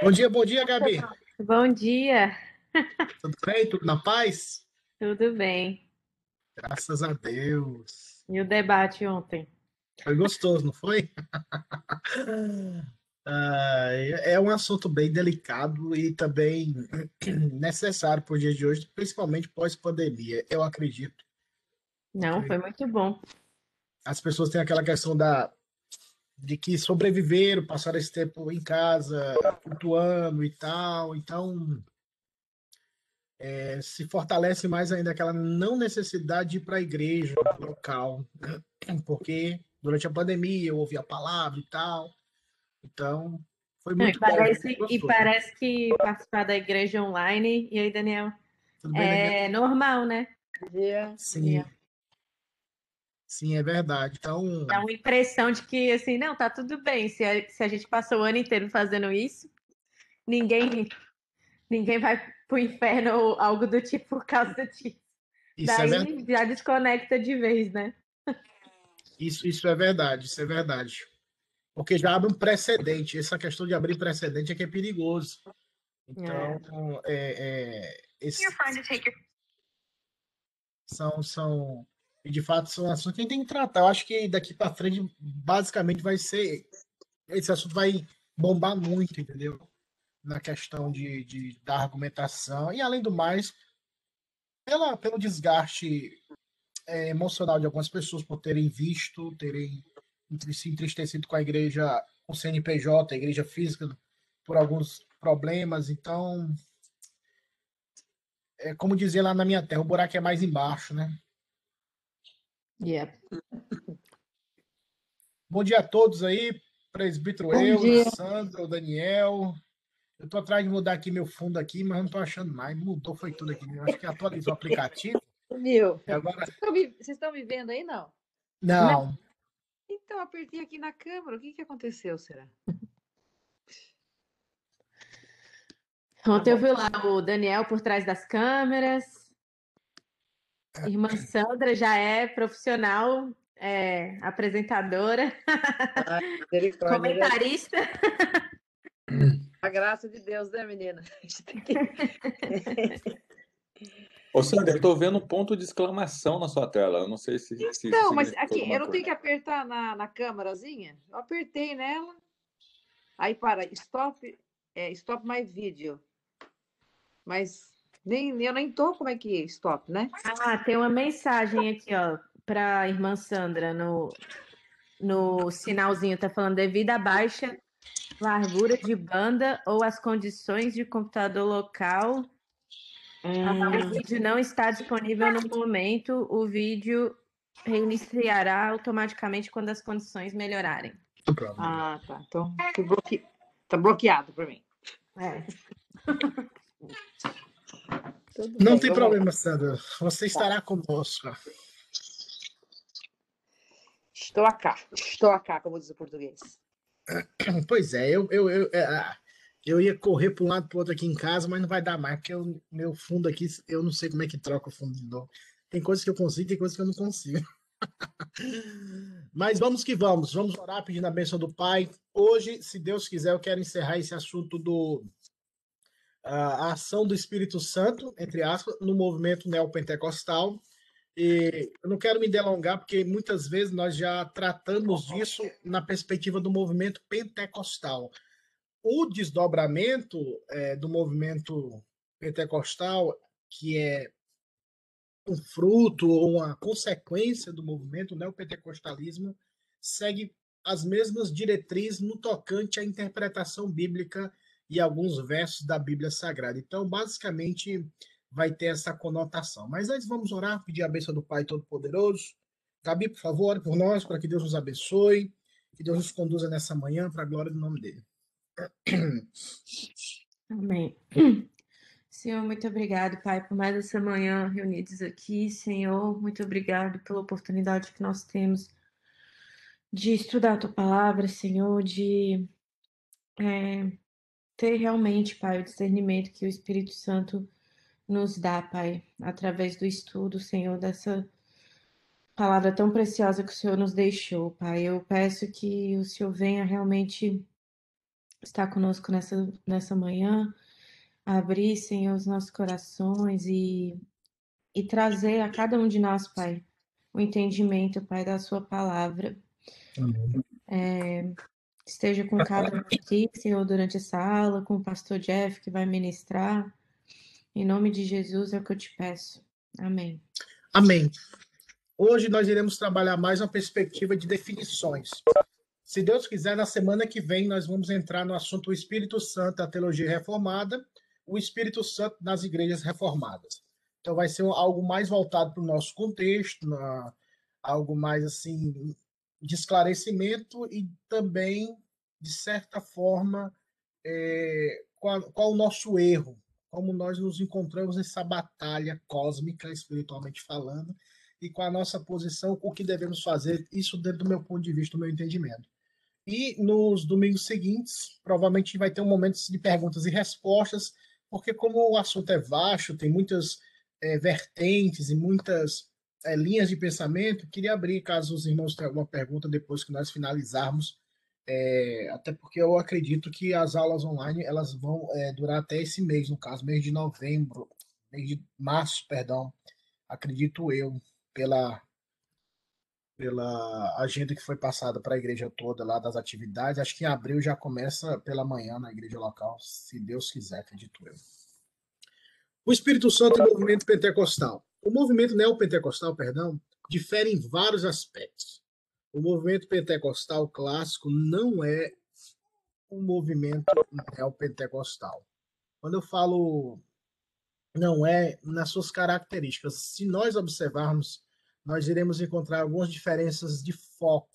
Bom dia, Gabi. Bom dia, Tudo bem? Tudo na paz? tudo bem? Graças a Deus. E o debate ontem? Foi gostoso, não foi? É um assunto bem delicado e também necessário para o dia de hoje, principalmente pós-pandemia. Eu acredito, Não, porque foi muito bom. as pessoas têm aquela questão de que sobreviveram, passaram esse tempo em casa, cultuando e tal. Então, se fortalece mais ainda aquela não necessidade de ir para a igreja local, porque durante a pandemia eu ouvi a palavra e tal, então foi Não, E muito bom, foi muito parece, e gostoso. parece que participar da igreja online, e aí, Daniel, Tudo bem, Daniel? é normal, né? Dia, Sim, dia. sim, é verdade. Então, Dá uma impressão de que, assim, não, tá tudo bem. Se a gente passou o ano inteiro fazendo isso, ninguém, ninguém vai pro inferno ou algo do tipo por causa disso. isso é verdade. Daí já desconecta de vez, né? Isso é verdade, isso é verdade. Porque já abre um precedente. Essa questão de abrir precedente é que é perigoso. É. Então, esses são, e de fato são assuntos que a gente tem que tratar. Eu acho que daqui para frente, basicamente, vai ser. Esse assunto vai bombar muito, entendeu? Na questão da argumentação. E, além do mais, pelo desgaste emocional de algumas pessoas por terem visto, terem se entristecido com a igreja, com o CNPJ, a igreja física, por alguns problemas. Então, é como dizia lá na minha terra, o buraco é mais embaixo, né? Yeah. Bom dia a todos aí, presbítero Bom eu, dia. Sandro, Daniel. Eu tô atrás de mudar aqui meu fundo aqui, mas não tô achando mais. Mudou, foi tudo aqui. Eu acho que atualizou o aplicativo. Sumiu. E agora. Vocês estão me vendo aí, não? Não. Não. Então, apertei aqui na câmera. O que que aconteceu, será? Tá Ontem eu bom. vi lá o Daniel por trás das câmeras. Irmã Sandra já é profissional, apresentadora, Ai, misericórdia, né? comentarista. A graça de Deus, né, menina? A gente tem que... Ô, Sandra, eu tô vendo um ponto de exclamação na sua tela. Eu não sei se isso Então, mas significa aqui, eu alguma não tenho coisa. que apertar na câmerazinha? Eu apertei nela. Aí, para, stop my video. Mas eu nem tô como é que stop, né? Ah, tem uma mensagem aqui, ó, para a irmã Sandra no sinalzinho, tá falando devido à baixa largura de banda ou as condições de computador local, o vídeo não está disponível no momento, o vídeo reiniciará automaticamente quando as condições melhorarem. Pronto. Ah, tá. Então, tá bloqueado para mim. É. Tudo Não bem, tem vamos lá. problema, Sandra. Você Tá. estará conosco. Estou acá, como diz o português. Pois é, eu ia correr para um lado para o outro aqui em casa, mas não vai dar mais, porque o meu fundo aqui, eu não sei como é que troca o fundo de novo. Tem coisas que eu consigo, tem coisas que eu não consigo. Mas vamos que vamos. Vamos orar pedindo a bênção do Pai. Hoje, se Deus quiser, eu quero encerrar esse assunto a ação do Espírito Santo, entre aspas, no movimento neopentecostal. E eu não quero me delongar, porque muitas vezes nós já tratamos disso na perspectiva do movimento pentecostal. O desdobramento do movimento pentecostal, que é um fruto ou uma consequência do movimento neopentecostalismo, segue as mesmas diretrizes no tocante à interpretação bíblica e alguns versos da Bíblia Sagrada. Então, basicamente, vai ter essa conotação. Mas antes vamos orar, pedir a bênção do Pai Todo-Poderoso. Gabi, por favor, ore por nós, para que Deus nos abençoe, que Deus nos conduza nessa manhã para a glória do nome dele. Amém. Senhor, muito obrigado, Pai, por mais essa manhã reunidos aqui. Senhor, muito obrigado pela oportunidade que nós temos de estudar a Tua palavra, Senhor, de ter realmente, Pai, o discernimento que o Espírito Santo nos dá, Pai, através do estudo, Senhor, dessa palavra tão preciosa que o Senhor nos deixou, Pai. Eu peço que o Senhor venha realmente estar conosco nessa manhã, abrir, Senhor, os nossos corações e trazer a cada um de nós, Pai, o entendimento, Pai, da Sua palavra. Esteja com cada um aqui, Senhor, durante essa aula, com o pastor Jeff, que vai ministrar. Em nome de Jesus é o que eu te peço. Amém. Amém. Hoje nós iremos trabalhar mais uma perspectiva de definições. Se Deus quiser, na semana que vem nós vamos entrar no assunto o Espírito Santo, a teologia reformada, o Espírito Santo nas igrejas reformadas. Então vai ser algo mais voltado para o nosso contexto, algo mais assim de esclarecimento e também, de certa forma, qual o nosso erro, como nós nos encontramos nessa batalha cósmica, espiritualmente falando, e qual a nossa posição, o que devemos fazer, isso dentro do meu ponto de vista, do meu entendimento. E nos domingos seguintes, provavelmente vai ter um momento de perguntas e respostas, porque como o assunto é vasto, tem muitas vertentes e muitas linhas de pensamento, queria abrir, caso os irmãos tenham alguma pergunta depois que nós finalizarmos, até porque eu acredito que as aulas online elas vão durar até esse mês, no caso, mês de novembro, mês de março, perdão, acredito eu, pela agenda que foi passada para a igreja toda lá das atividades. Acho que em abril já começa pela manhã na igreja local, se Deus quiser, acredito eu. O Espírito Santo e o movimento pentecostal. O movimento neopentecostal, perdão, difere em vários aspectos. O movimento pentecostal clássico não é um movimento neopentecostal. Quando eu falo não é nas suas características, se nós observarmos, nós iremos encontrar algumas diferenças de foco,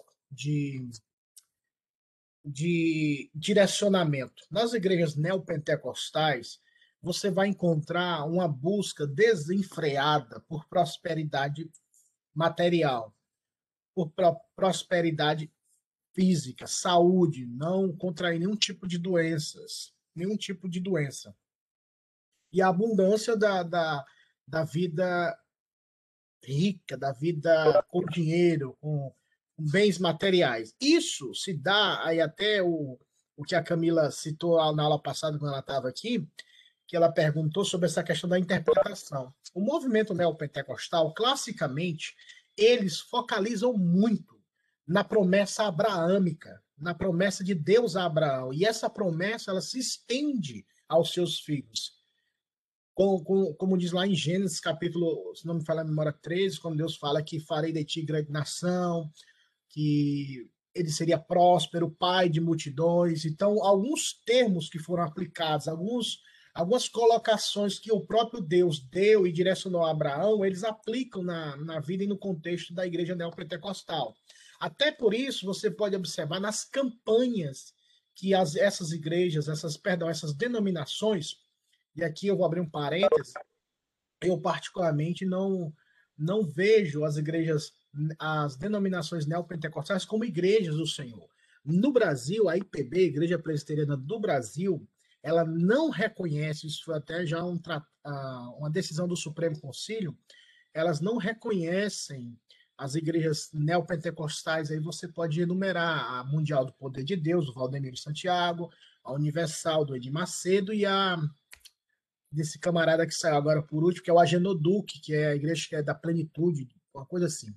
de direcionamento. Nas igrejas neopentecostais, você vai encontrar uma busca desenfreada por prosperidade material, por prosperidade física, saúde, não contrair nenhum tipo de doenças, nenhum tipo de doença. E a abundância da vida rica, da vida com dinheiro, com bens materiais. Isso se dá, aí até o que a Camila citou na aula passada, quando ela estava aqui, que ela perguntou sobre essa questão da interpretação. O movimento neopentecostal, classicamente, eles focalizam muito na promessa abraâmica, na promessa de Deus a Abraão. E essa promessa ela se estende aos seus filhos. Como diz lá em Gênesis, capítulo, se não me falha a memória, 13, quando Deus fala que farei de ti grande nação, que ele seria próspero, pai de multidões. Então, alguns termos que foram aplicados, algumas colocações que o próprio Deus deu e direcionou a Abraão, eles aplicam na vida e no contexto da igreja neopentecostal. Até por isso, você pode observar nas campanhas que essas igrejas, essas denominações, e aqui eu vou abrir um parênteses, eu particularmente não vejo as denominações neopentecostais como igrejas do Senhor. No Brasil, a IPB, Igreja Presbiteriana do Brasil, ela não reconhece, isso foi até já uma decisão do Supremo Conselho, elas não reconhecem as igrejas neopentecostais, aí você pode enumerar a Mundial do Poder de Deus, do Valdemiro Santiago, a Universal, do Edir Macedo, e a desse camarada que saiu agora por último, que é o Agenoduc, que é a igreja que é da plenitude, uma coisa assim.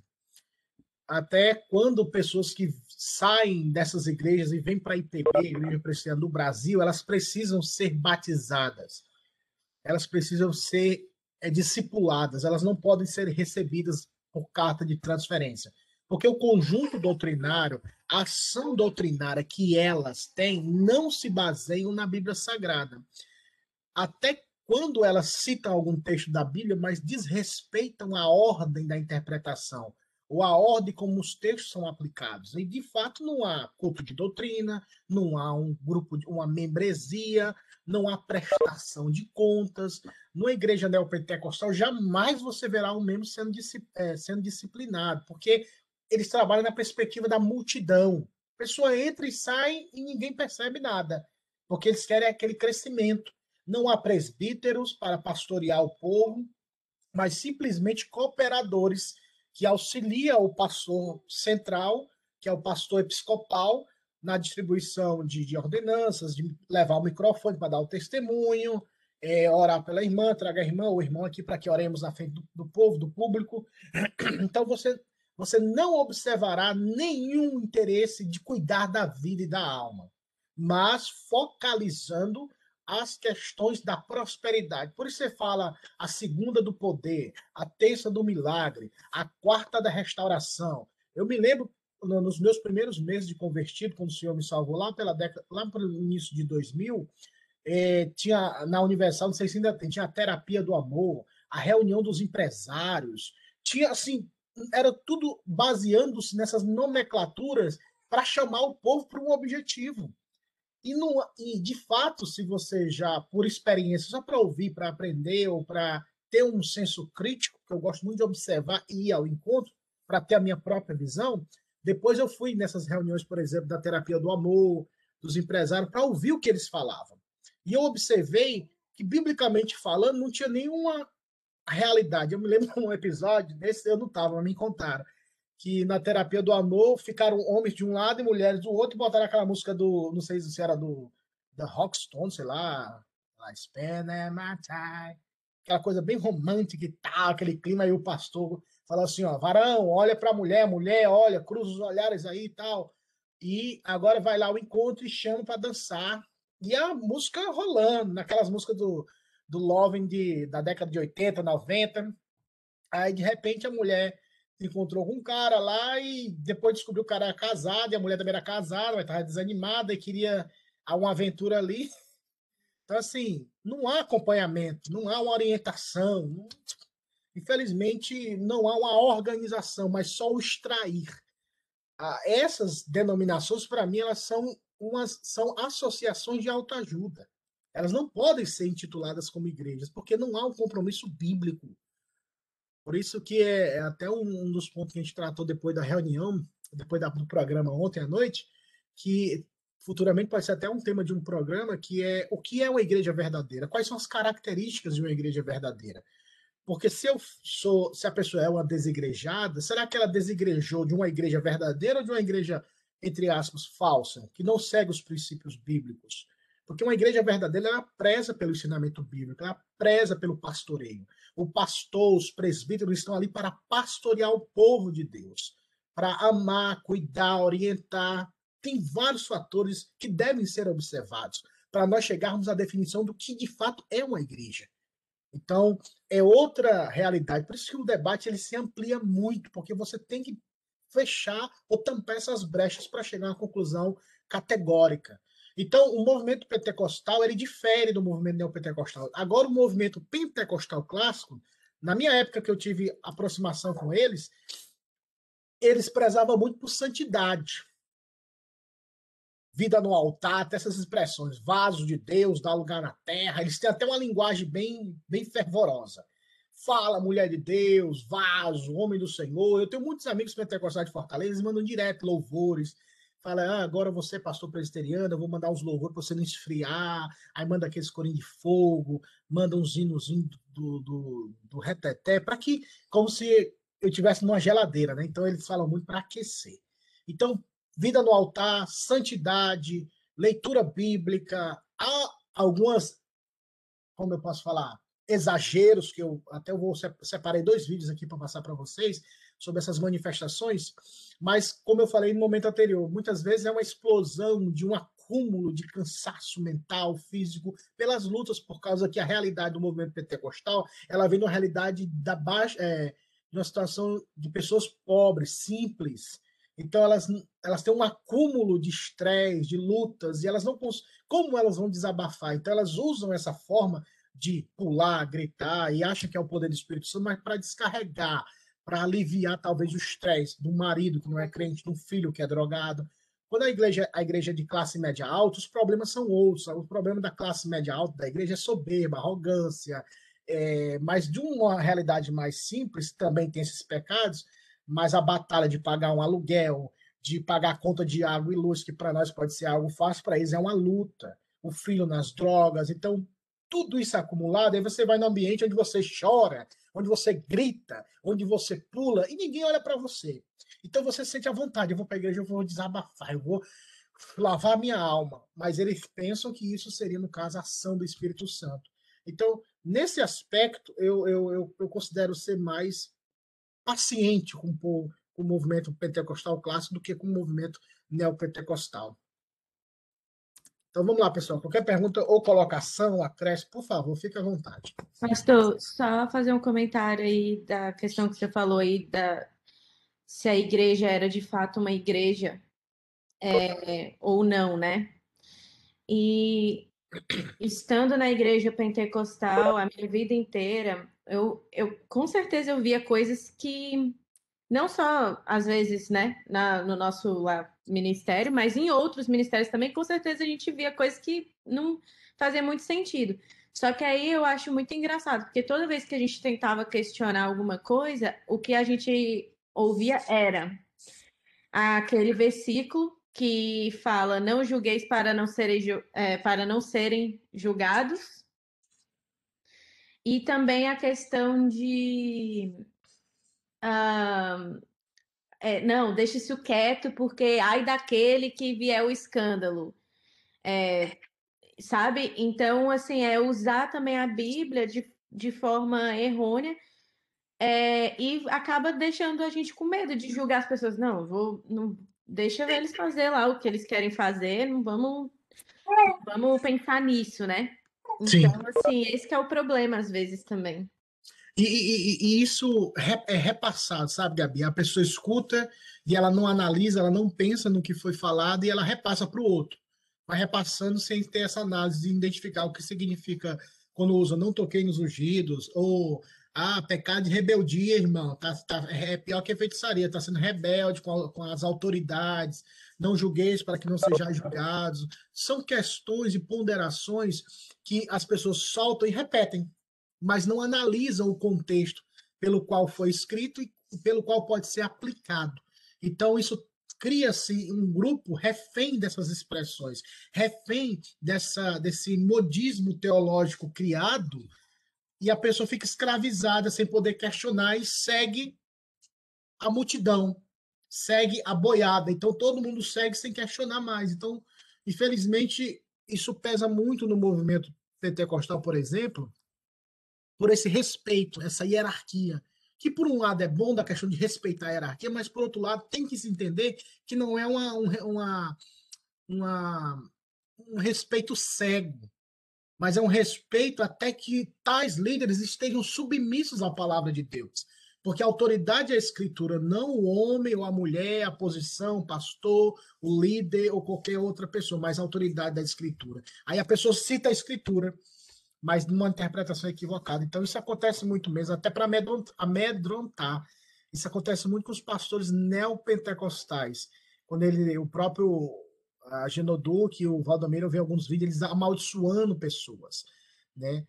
Até quando pessoas que saem dessas igrejas e vêm para a IPB, Igreja Presbiteriana do Brasil, elas precisam ser batizadas, elas precisam ser discipuladas, elas não podem ser recebidas por carta de transferência. Porque o conjunto doutrinário, a ação doutrinária que elas têm, não se baseiam na Bíblia Sagrada. Até quando elas citam algum texto da Bíblia, mas desrespeitam a ordem da interpretação, ou a ordem como os textos são aplicados. E, de fato, não há culto de doutrina, não há um grupo, uma membresia, não há prestação de contas. Numa igreja neopentecostal, jamais você verá um membro sendo disciplinado, porque eles trabalham na perspectiva da multidão. A pessoa entra e sai e ninguém percebe nada, porque eles querem aquele crescimento. Não há presbíteros para pastorear o povo, mas simplesmente cooperadores que auxiliam o pastor central, que é o pastor episcopal, na distribuição de ordenanças, de levar o microfone para dar o testemunho, orar pela irmã, traga a irmã ou o irmão aqui para que oremos na frente do povo, do público. Então, você não observará nenhum interesse de cuidar da vida e da alma, mas focalizando as questões da prosperidade. Por isso você fala a segunda do poder, a terça do milagre, a quarta da restauração. Eu me lembro, nos meus primeiros meses de convertido, quando o Senhor me salvou, lá pelo início de 2000, tinha na Universal, não sei se ainda tem, tinha a terapia do amor, a reunião dos empresários, tinha assim, era tudo baseando-se nessas nomenclaturas para chamar o povo para um objetivo. E, de fato, se você já, por experiência, só para ouvir, para aprender ou para ter um senso crítico, que eu gosto muito de observar e ir ao encontro, para ter a minha própria visão, depois eu fui nessas reuniões, por exemplo, da terapia do amor, dos empresários, para ouvir o que eles falavam. E eu observei que, biblicamente falando, não tinha nenhuma realidade. Eu me lembro de um episódio desse, eu não estava, mas me contaram, que na terapia do amor ficaram homens de um lado e mulheres do outro e botaram aquela música do, não sei se era da Rockstone, sei lá, Spend My Time, aquela coisa bem romântica e tal, aquele clima, aí o pastor falou assim, ó, varão, olha para a mulher, mulher, olha, cruza os olhares aí e tal, e agora vai lá ao encontro e chama para dançar, e a música rolando, naquelas músicas do Loving da década de 80, 90, aí de repente a mulher encontrou com um cara lá e depois descobriu que o cara era casado e a mulher também era casada, mas estava desanimada e queria uma aventura ali. Então, assim, não há acompanhamento, não há uma orientação. Infelizmente, não há uma organização, mas só o extrair. Essas denominações, para mim, elas são associações de autoajuda. Elas não podem ser intituladas como igrejas, porque não há um compromisso bíblico. Por isso que é até um dos pontos que a gente tratou depois da reunião, depois do programa ontem à noite, que futuramente pode ser até um tema de um programa, que é o que é uma igreja verdadeira, quais são as características de uma igreja verdadeira. Porque se a pessoa é uma desigrejada, será que ela desigrejou de uma igreja verdadeira ou de uma igreja, entre aspas, falsa, que não segue os princípios bíblicos? Porque uma igreja verdadeira, ela preza pelo ensinamento bíblico, ela preza pelo pastoreio. O pastor, os presbíteros estão ali para pastorear o povo de Deus, para amar, cuidar, orientar. Tem vários fatores que devem ser observados para nós chegarmos à definição do que de fato é uma igreja. Então, é outra realidade. Por isso que o debate ele se amplia muito, porque você tem que fechar ou tampar essas brechas para chegar a uma conclusão categórica. Então, o movimento pentecostal ele difere do movimento neopentecostal. Agora, o movimento pentecostal clássico, na minha época que eu tive aproximação com eles prezavam muito por santidade. Vida no altar, até essas expressões, vaso de Deus, dá lugar na terra. Eles têm até uma linguagem bem fervorosa. Fala, mulher de Deus, vaso, homem do Senhor. Eu tenho muitos amigos pentecostais de Fortaleza, eles mandam direto louvores. Fala, agora você, pastor presbiteriano, eu vou mandar uns louvores para você não esfriar. Aí manda aqueles corinhos de fogo, manda uns hinozinhos do reteté, para que, como se eu estivesse numa geladeira, né? Então eles falam muito para aquecer. Então, vida no altar, santidade, leitura bíblica, há algumas, como eu posso falar, exageros, que eu separei 2 vídeos aqui para passar para vocês, sobre essas manifestações, mas, como eu falei no momento anterior, muitas vezes é uma explosão de um acúmulo de cansaço mental, físico, pelas lutas, por causa que a realidade do movimento pentecostal, ela vem de uma realidade de uma situação de pessoas pobres, simples. Então, elas têm um acúmulo de estresse, de lutas, e elas não como elas vão desabafar? Então, elas usam essa forma de pular, gritar, e acham que é o poder do Espírito Santo, mas para descarregar, para aliviar talvez o estresse do marido que não é crente, do filho que é drogado. Quando a igreja é de classe média alta, os problemas são outros. O problema da classe média alta da igreja é soberba, arrogância, mas de uma realidade mais simples, também tem esses pecados, mas a batalha de pagar um aluguel, de pagar a conta de água e luz, que para nós pode ser algo fácil, para eles é uma luta. O filho nas drogas, então tudo isso acumulado, aí você vai no ambiente onde você chora, onde você grita, onde você pula, e ninguém olha para você. Então você sente a vontade, eu vou para a igreja, eu vou desabafar, eu vou lavar minha alma, mas eles pensam que isso seria, no caso, a ação do Espírito Santo. Então, nesse aspecto, eu considero ser mais paciente com o movimento pentecostal clássico do que com o movimento neopentecostal. Então vamos lá, pessoal. Qualquer pergunta ou colocação, acréscimo, por favor, fique à vontade. Pastor, só fazer um comentário aí da questão que você falou aí se a igreja era de fato uma igreja ou não, né? E estando na igreja pentecostal a minha vida inteira, eu com certeza eu via coisas que não só às vezes, né, no nosso lá, ministério, mas em outros ministérios também, com certeza a gente via coisas que não fazia muito sentido. Só que aí eu acho muito engraçado, porque toda vez que a gente tentava questionar alguma coisa, o que a gente ouvia era aquele versículo que fala: não julgueis para não serem julgados, e também a questão de não, deixe isso quieto, porque ai daquele que vier o escândalo, sabe? Então, assim, usar também a Bíblia de forma errônea, e acaba deixando a gente com medo de julgar as pessoas. Não, deixa eles fazer lá o que eles querem fazer, não vamos pensar nisso, né? Sim. Então, assim, esse que é o problema às vezes também. E isso é repassado, sabe, Gabi? A pessoa escuta e ela não analisa, ela não pensa no que foi falado e ela repassa para o outro. Vai repassando sem ter essa análise de identificar o que significa quando usa não toquei nos ungidos, ou pecado de rebeldia, irmão. É pior que a feitiçaria, está sendo rebelde com as autoridades, não julgueis para que não sejais julgados. São questões e ponderações que as pessoas soltam e repetem, mas não analisam o contexto pelo qual foi escrito e pelo qual pode ser aplicado. Então, isso cria-se um grupo refém dessas expressões, refém desse modismo teológico criado, e a pessoa fica escravizada sem poder questionar e segue a multidão, segue a boiada. Então, todo mundo segue sem questionar mais. Então, infelizmente, isso pesa muito no movimento pentecostal, por exemplo, por esse respeito, essa hierarquia, que por um lado é bom da questão de respeitar a hierarquia, mas por outro lado tem que se entender que não é um respeito cego, mas é um respeito até que tais líderes estejam submissos à palavra de Deus. Porque a autoridade é a escritura, não o homem ou a mulher, a posição, o pastor, o líder ou qualquer outra pessoa, mas a autoridade da escritura. Aí a pessoa cita a escritura, mas numa interpretação equivocada. Então, isso acontece muito mesmo, até para amedrontar. Isso acontece muito com os pastores neopentecostais. Quando o próprio Genoduque e o Valdomiro, eu vi alguns vídeos, eles amaldiçoando pessoas. Né?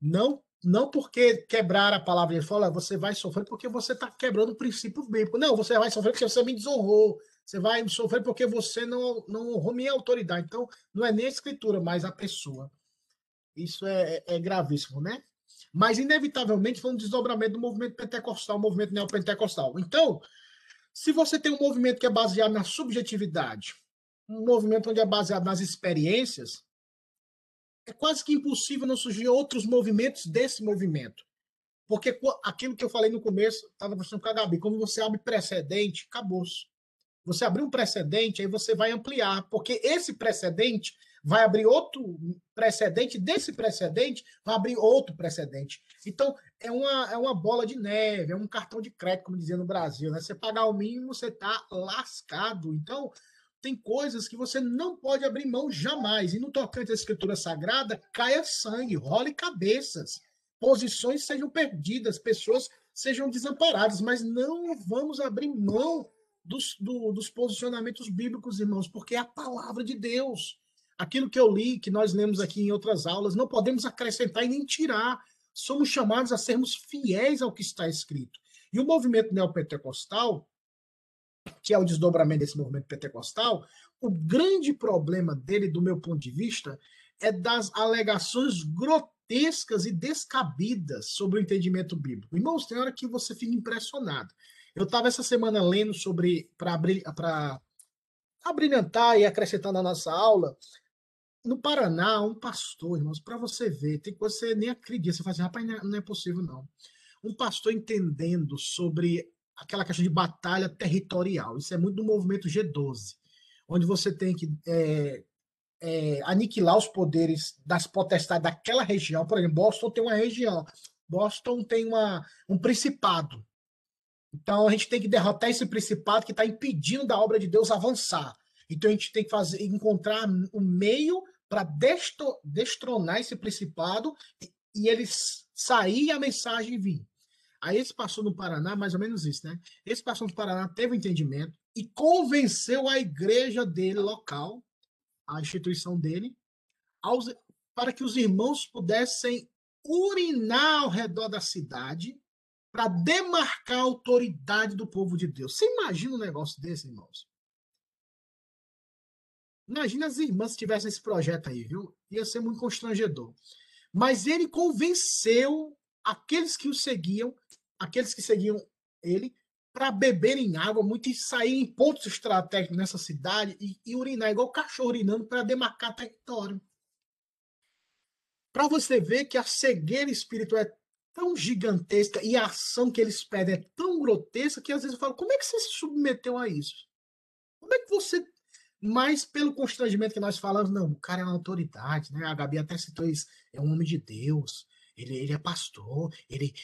Não porque quebrar a palavra de fala, você vai sofrer porque você está quebrando o princípio bíblico. Não, você vai sofrer porque você me desonrou. Você vai sofrer porque você não honrou minha autoridade. Então, não é nem a escritura, mas a pessoa. Isso é gravíssimo, né? Mas, inevitavelmente, foi um desdobramento do movimento pentecostal, o movimento neopentecostal. Então, se você tem um movimento que é baseado na subjetividade, um movimento onde é baseado nas experiências, é quase que impossível não surgir outros movimentos desse movimento. Porque aquilo que eu falei no começo, estava conversando com a Gabi, quando você abre precedente, acabou-se. Você abrir um precedente, aí você vai ampliar, porque esse precedente vai abrir outro precedente, desse precedente vai abrir outro precedente. Então, é uma bola de neve, é um cartão de crédito, como dizia no Brasil. Né? Você pagar o mínimo, você está lascado. Então, tem coisas que você não pode abrir mão jamais. E no tocante à escritura sagrada, caia sangue, role cabeças, posições sejam perdidas, pessoas sejam desamparadas, mas não vamos abrir mão dos posicionamentos bíblicos, irmãos, porque é a palavra de Deus. Aquilo que eu li, que nós lemos aqui em outras aulas, não podemos acrescentar e nem tirar. Somos chamados a sermos fiéis ao que está escrito. E o movimento neopentecostal, que é o desdobramento desse movimento pentecostal, o grande problema dele, do meu ponto de vista, é das alegações grotescas e descabidas sobre o entendimento bíblico. Irmãos, tem hora que você fica impressionado. Eu estava essa semana lendo sobre, para abrilhantar e acrescentar na nossa aula, no Paraná, um pastor, irmãos, para você ver, tem coisa que você nem acredita, você fala assim, rapaz, não é possível não. Um pastor entendendo sobre aquela questão de batalha territorial, isso é muito do movimento G12, onde você tem que aniquilar os poderes das potestades daquela região. Por exemplo, Boston tem uma região, Boston tem um principado. Então a gente tem que derrotar esse principado que está impedindo da obra de Deus avançar. Então a gente tem que encontrar um meio para destronar esse principado e eles sair e a mensagem vir. Aí esse pastor no Paraná, mais ou menos isso, né? Esse pastor no Paraná teve um entendimento e convenceu a igreja dele local, a instituição dele, para que os irmãos pudessem urinar ao redor da cidade para demarcar a autoridade do povo de Deus. Você imagina um negócio desse, irmãos? Imagina as irmãs se tivessem esse projeto aí, viu? Ia ser muito constrangedor. Mas ele convenceu aqueles que seguiam ele, para beberem água muito e sair em pontos estratégicos nessa cidade e urinar, igual o cachorro urinando, para demarcar território. Para você ver que a cegueira espiritual é tão gigantesca e a ação que eles pedem é tão grotesca que às vezes eu falo, como é que você se submeteu a isso? Como é que você... Mas pelo constrangimento que nós falamos, não, o cara é uma autoridade, né? A Gabi até citou isso, é um homem de Deus, ele é pastor,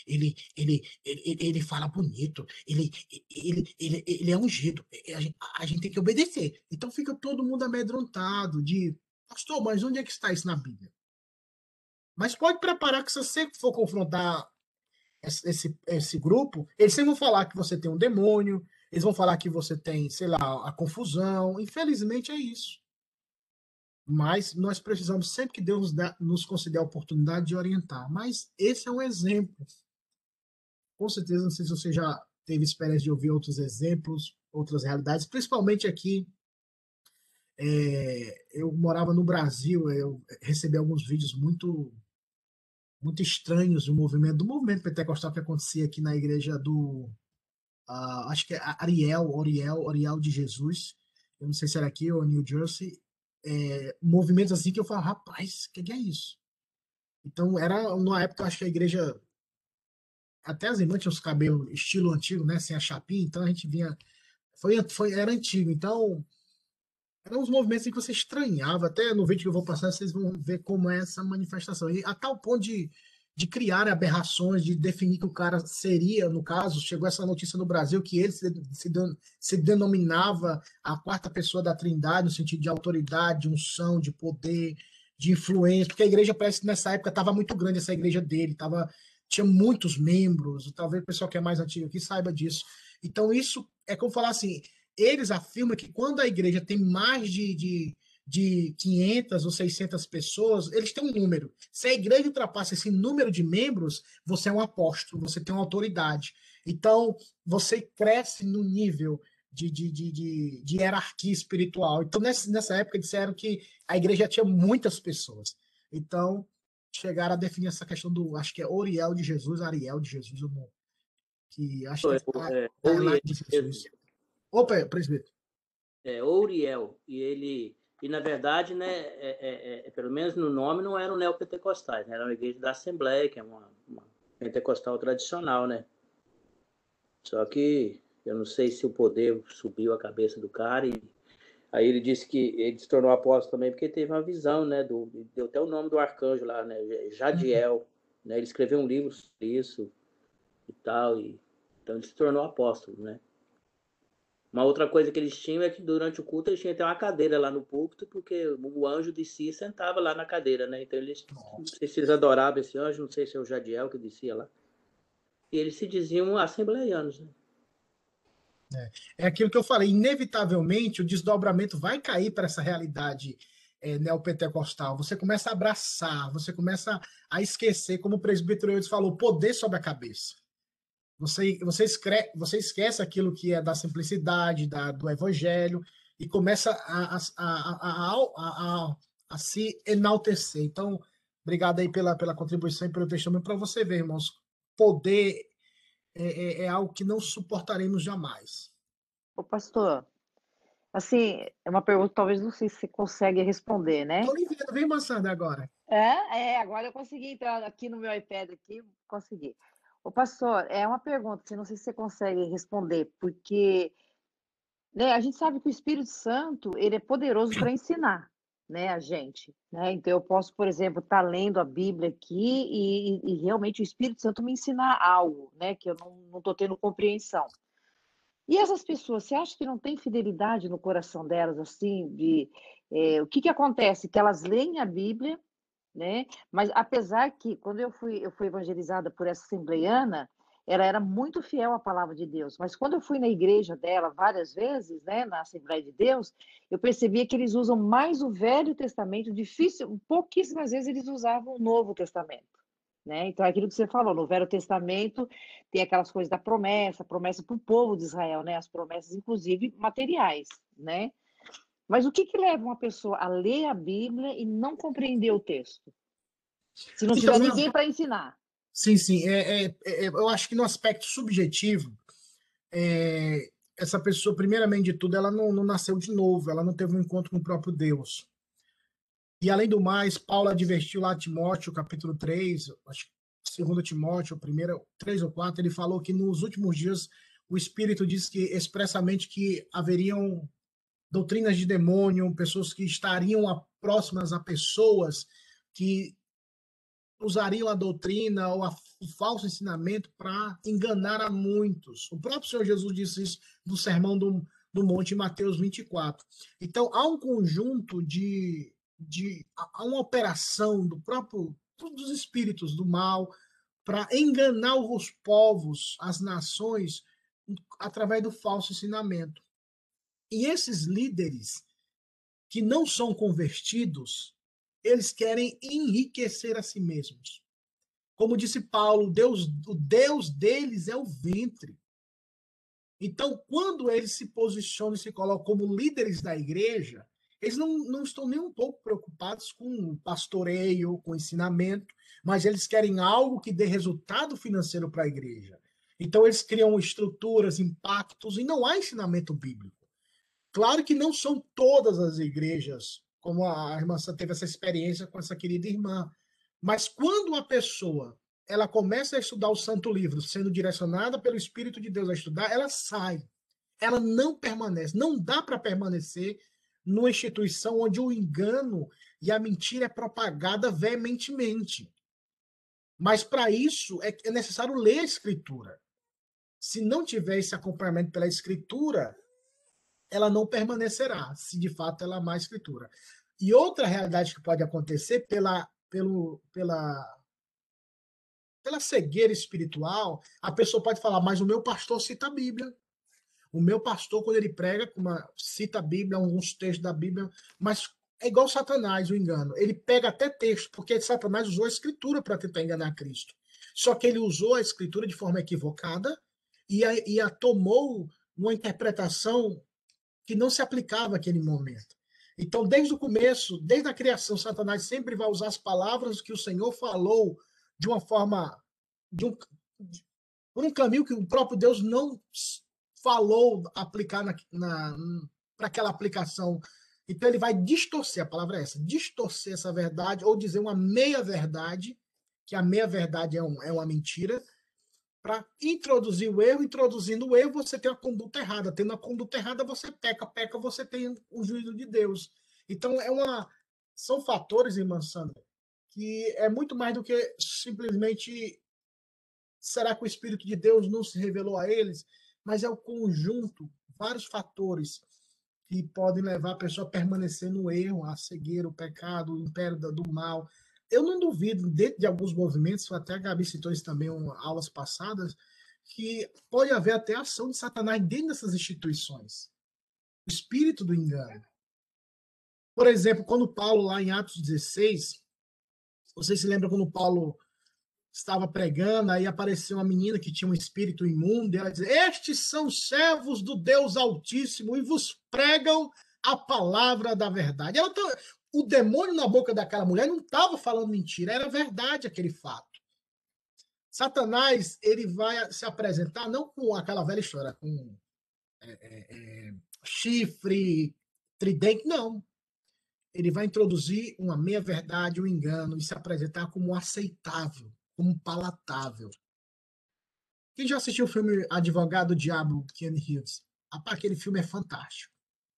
ele fala bonito, ele é ungido, a gente tem que obedecer. Então fica todo mundo amedrontado de, pastor, mas onde é que está isso na Bíblia? Mas pode preparar que se você for confrontar esse grupo, eles sempre vão falar que você tem um demônio, eles vão falar que você tem, sei lá, a confusão. Infelizmente é isso. Mas nós precisamos sempre que Deus nos conceder a oportunidade de orientar. Mas esse é um exemplo. Com certeza, não sei se você já teve experiência de ouvir outros exemplos, outras realidades, principalmente aqui. Eu morava no Brasil, eu recebi alguns vídeos muito estranhos do movimento pentecostal que acontecia aqui na igreja acho que é Oriel de Jesus, eu não sei se era aqui ou New Jersey, movimentos assim que eu falo, rapaz, o que é isso? Então era numa época, acho que a igreja, até as irmãs tinham os cabelos estilo antigo, né, sem a chapinha, então a gente vinha, era antigo, então eram uns movimentos em que você estranhava, até no vídeo que eu vou passar, vocês vão ver como é essa manifestação. E a tal ponto de criar aberrações, de definir que o cara seria, no caso, chegou essa notícia no Brasil, que ele se denominava a quarta pessoa da Trindade, no sentido de autoridade, de unção, de poder, de influência, porque a igreja parece que nessa época estava muito grande, essa igreja dele, tinha muitos membros, talvez o pessoal que é mais antigo aqui saiba disso. Então isso é como falar assim, eles afirmam que quando a igreja tem mais de 500 ou 600 pessoas, eles têm um número. Se a igreja ultrapassa esse número de membros, você é um apóstolo, você tem uma autoridade. Então, você cresce no nível de hierarquia espiritual. Então, nessa época, disseram que a igreja tinha muitas pessoas. Então, chegaram a definir essa questão acho que é Ariel de Jesus, que acho que é lá de Jesus. Opa, presbítero. Ouriel, e na verdade, né, pelo menos no nome, não eram neopentecostais, né, era uma igreja da Assembleia, que é uma pentecostal tradicional, né? Só que eu não sei se o poder subiu a cabeça do cara, e aí ele disse que ele se tornou apóstolo também porque teve uma visão, né, deu até o nome do arcanjo lá, né, Jadiel, né, ele escreveu um livro sobre isso e tal, então ele se tornou apóstolo, né? Uma outra coisa que eles tinham é que durante o culto eles tinham até uma cadeira lá no púlpito, porque o anjo descia e sentava lá na cadeira, né? Então não sei se eles adoravam esse anjo, não sei se é o Jadiel que descia lá. E eles se diziam assembleianos, né? É aquilo que eu falei, inevitavelmente o desdobramento vai cair para essa realidade neopentecostal. Você começa a abraçar, você começa a esquecer, como o presbítero Eudes falou, poder sobre a cabeça. Você esquece aquilo que é da simplicidade, do evangelho, e começa a se enaltecer. Então, obrigado aí pela contribuição e pelo testemunho, para você ver, irmãos, poder é algo que não suportaremos jamais. Ô, pastor, Assim, é uma pergunta, talvez não sei se você consegue responder, né? Tô lhe vendo, vem, Irmã Sandra, agora. Agora eu consegui entrar aqui no meu iPad aqui, consegui. Ô, pastor, é uma pergunta, assim, não sei se você consegue responder, porque, né, a gente sabe que o Espírito Santo, ele é poderoso para ensinar, né, a gente, né? Então eu posso, por exemplo, estar lendo a Bíblia aqui e realmente o Espírito Santo me ensinar algo, né, que eu não estou tendo compreensão. E essas pessoas, você acha que não tem fidelidade no coração delas, assim, o que acontece? Que elas leem a Bíblia, né? Mas apesar que, quando eu fui evangelizada por essa assembleiana, ela era muito fiel à palavra de Deus. Mas quando eu fui na igreja dela várias vezes, né, na Assembleia de Deus, eu percebia que eles usam mais o Velho Testamento, pouquíssimas vezes eles usavam o Novo Testamento. Né? Então, é aquilo que você falou, no Velho Testamento tem aquelas coisas da promessa para o povo de Israel, né? As promessas, inclusive, materiais, né? Mas o que leva uma pessoa a ler a Bíblia e não compreender o texto? Se não Então, tiver ninguém para ensinar. sim. Eu acho que no aspecto subjetivo, essa pessoa, primeiramente de tudo, ela não nasceu de novo, ela não teve um encontro com o próprio Deus. E, além do mais, Paulo advertiu lá Timóteo, capítulo 3, acho que 2 Timóteo, 3 ou 4, ele falou que nos últimos dias o Espírito diz que expressamente que haveriam doutrinas de demônio, pessoas que estariam próximas a pessoas que usariam a doutrina ou o falso ensinamento para enganar a muitos. O próprio Senhor Jesus disse isso no Sermão do Monte, em Mateus 24. Então, há um conjunto há uma operação dos espíritos do mal para enganar os povos, as nações, através do falso ensinamento. E esses líderes que não são convertidos, eles querem enriquecer a si mesmos. Como disse Paulo, o Deus deles é o ventre. Então, quando eles se posicionam e se colocam como líderes da igreja, eles não estão nem um pouco preocupados com o pastoreio, com o ensinamento, mas eles querem algo que dê resultado financeiro para a igreja. Então, eles criam estruturas, impactos, e não há ensinamento bíblico. Claro que não são todas as igrejas, como a irmã Santa teve essa experiência com essa querida irmã, mas quando a pessoa ela começa a estudar o Santo Livro, sendo direcionada pelo Espírito de Deus a estudar, ela sai. Ela não permanece. Não dá para permanecer numa instituição onde o engano e a mentira é propagada veementemente. Mas para isso é necessário ler a Escritura. Se não tiver esse acompanhamento pela Escritura, ela não permanecerá, se de fato ela amar a Escritura. E outra realidade que pode acontecer pela cegueira espiritual, a pessoa pode falar, mas o meu pastor cita a Bíblia. O meu pastor, quando ele prega, cita a Bíblia, alguns textos da Bíblia, mas é igual Satanás, o engano. Ele pega até texto, porque Satanás usou a Escritura para tentar enganar Cristo. Só que ele usou a Escritura de forma equivocada e a tomou uma interpretação que não se aplicava àquele momento. Então, desde o começo, desde a criação, Satanás sempre vai usar as palavras que o Senhor falou de uma forma, por um caminho que o próprio Deus não falou aplicar para aquela aplicação. Então, ele vai distorcer, a palavra é essa, distorcer essa verdade, ou dizer uma meia-verdade, que a meia-verdade é uma mentira, para introduzir o erro. Introduzindo o erro, você tem a conduta errada. Tendo a conduta errada, você peca, você tem o juízo de Deus. Então, são fatores, irmã Sandra, que é muito mais do que simplesmente será que o Espírito de Deus não se revelou a eles? Mas é o conjunto, vários fatores que podem levar a pessoa a permanecer no erro, a cegueira, o pecado, o império do mal. Eu não duvido, dentro de alguns movimentos, até a Gabi citou isso também em aulas passadas, que pode haver até ação de Satanás dentro dessas instituições. O espírito do engano. Por exemplo, quando Paulo, lá em Atos 16, vocês se lembram quando Paulo estava pregando, aí apareceu uma menina que tinha um espírito imundo, e ela dizia, estes são servos do Deus Altíssimo e vos pregam a palavra da verdade. O demônio na boca daquela mulher não estava falando mentira, era verdade aquele fato. Satanás, ele vai se apresentar não com aquela velha história, com chifre, tridente, não. Ele vai introduzir uma meia-verdade, um engano, e se apresentar como aceitável, como palatável. Quem já assistiu o filme Advogado do Diabo, Keanu Reeves? Rapaz, aquele filme é fantástico.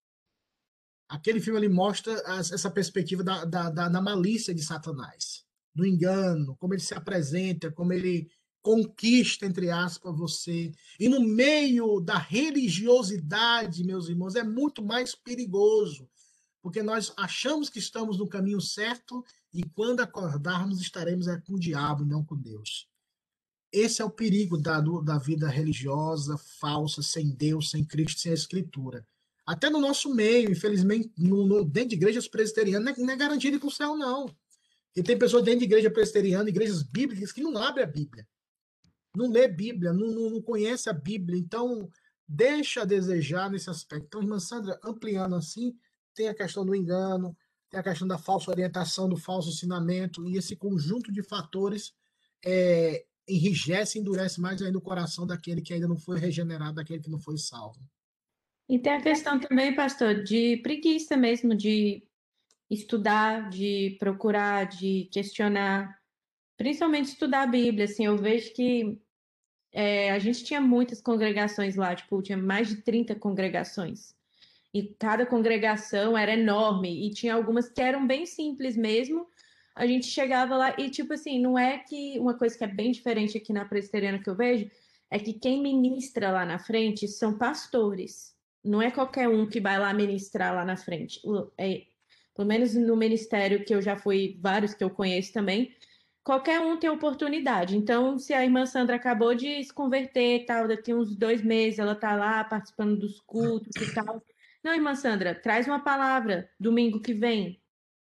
Aquele filme ele mostra essa perspectiva da malícia de Satanás, do engano, como ele se apresenta, como ele conquista, entre aspas, você. E no meio da religiosidade, meus irmãos, é muito mais perigoso, porque nós achamos que estamos no caminho certo e quando acordarmos estaremos com o diabo e não com Deus. Esse é o perigo da vida religiosa, falsa, sem Deus, sem Cristo, sem a Escritura. Até no nosso meio, infelizmente, dentro de igrejas presbiterianas, não é garantido ir para o céu, não. E tem pessoas dentro de igreja presbiteriana, igrejas bíblicas, que não abrem a Bíblia. Não lê Bíblia, não conhece a Bíblia. Então, deixa a desejar nesse aspecto. Então, irmã Sandra, ampliando assim, tem a questão do engano, tem a questão da falsa orientação, do falso ensinamento, e esse conjunto de fatores enrijece e endurece mais ainda o coração daquele que ainda não foi regenerado, daquele que não foi salvo. E tem a questão também, pastor, de preguiça mesmo, de estudar, de procurar, de questionar, principalmente estudar a Bíblia. Assim, eu vejo que a gente tinha muitas congregações lá, tipo, tinha mais de 30 congregações. E cada congregação era enorme, e tinha algumas que eram bem simples mesmo. A gente chegava lá e, tipo assim, não é que uma coisa que é bem diferente aqui na presbiteriana que eu vejo, é que quem ministra lá na frente são pastores. Não é qualquer um que vai lá ministrar lá na frente. Pelo menos no ministério que eu já fui, vários que eu conheço também, qualquer um tem oportunidade. Então, se a irmã Sandra acabou de se converter, tal, daqui uns 2 meses ela tá lá participando dos cultos e tal. Não, irmã Sandra, traz uma palavra domingo que vem.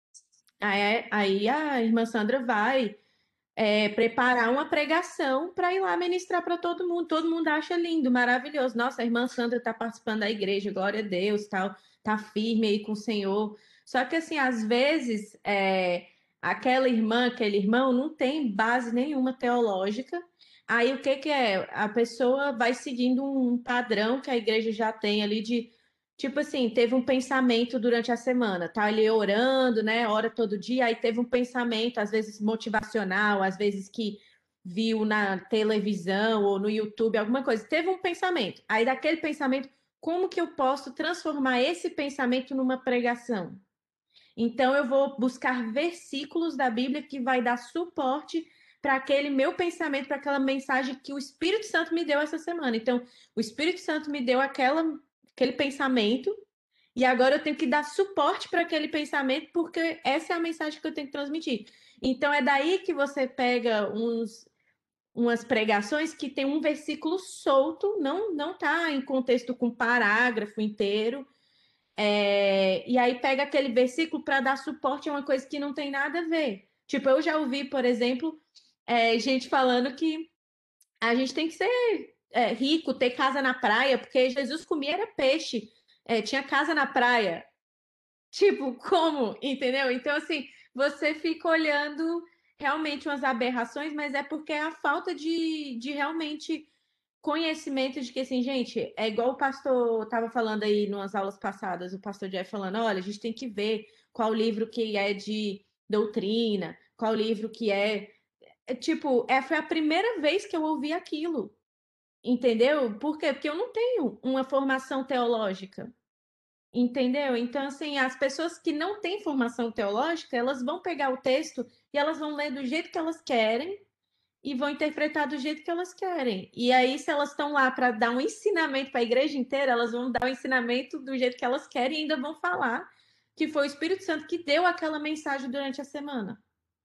Aí a irmã Sandra vai preparar uma pregação para ir lá ministrar para todo mundo. Todo mundo acha lindo, maravilhoso. Nossa, a irmã Sandra está participando da igreja, glória a Deus, tal, tá firme aí com o Senhor. Só que assim, às vezes, aquela irmã, aquele irmão não tem base nenhuma teológica. Aí o que é? A pessoa vai seguindo um padrão que a igreja já tem ali de tipo assim, teve um pensamento durante a semana, tá ali orando, né? Ora todo dia, aí teve um pensamento, às vezes motivacional, às vezes que viu na televisão ou no YouTube alguma coisa. Teve um pensamento. Aí daquele pensamento, como que eu posso transformar esse pensamento numa pregação? Então eu vou buscar versículos da Bíblia que vai dar suporte para aquele meu pensamento, para aquela mensagem que o Espírito Santo me deu essa semana. Então, o Espírito Santo me deu aquele pensamento, e agora eu tenho que dar suporte para aquele pensamento, porque essa é a mensagem que eu tenho que transmitir. Então é daí que você pega umas pregações que tem um versículo solto, não tá em contexto com parágrafo inteiro, e aí pega aquele versículo para dar suporte a uma coisa que não tem nada a ver. Tipo, eu já ouvi, por exemplo, gente falando que a gente tem que ser rico, ter casa na praia, porque Jesus comia era peixe, tinha casa na praia. Tipo, como? Entendeu? Então, assim, você fica olhando realmente umas aberrações, mas é porque é a falta de realmente conhecimento de que, assim, gente, é igual o pastor estava falando aí nas aulas passadas, o pastor Jeff falando, olha, a gente tem que ver qual livro que é de doutrina, qual livro que tipo, foi a primeira vez que eu ouvi aquilo, entendeu? Por quê? Porque eu não tenho uma formação teológica, entendeu? Então, assim, as pessoas que não têm formação teológica, elas vão pegar o texto e elas vão ler do jeito que elas querem e vão interpretar do jeito que elas querem. E aí, se elas estão lá para dar um ensinamento para a igreja inteira, elas vão dar o ensinamento do jeito que elas querem e ainda vão falar que foi o Espírito Santo que deu aquela mensagem durante a semana.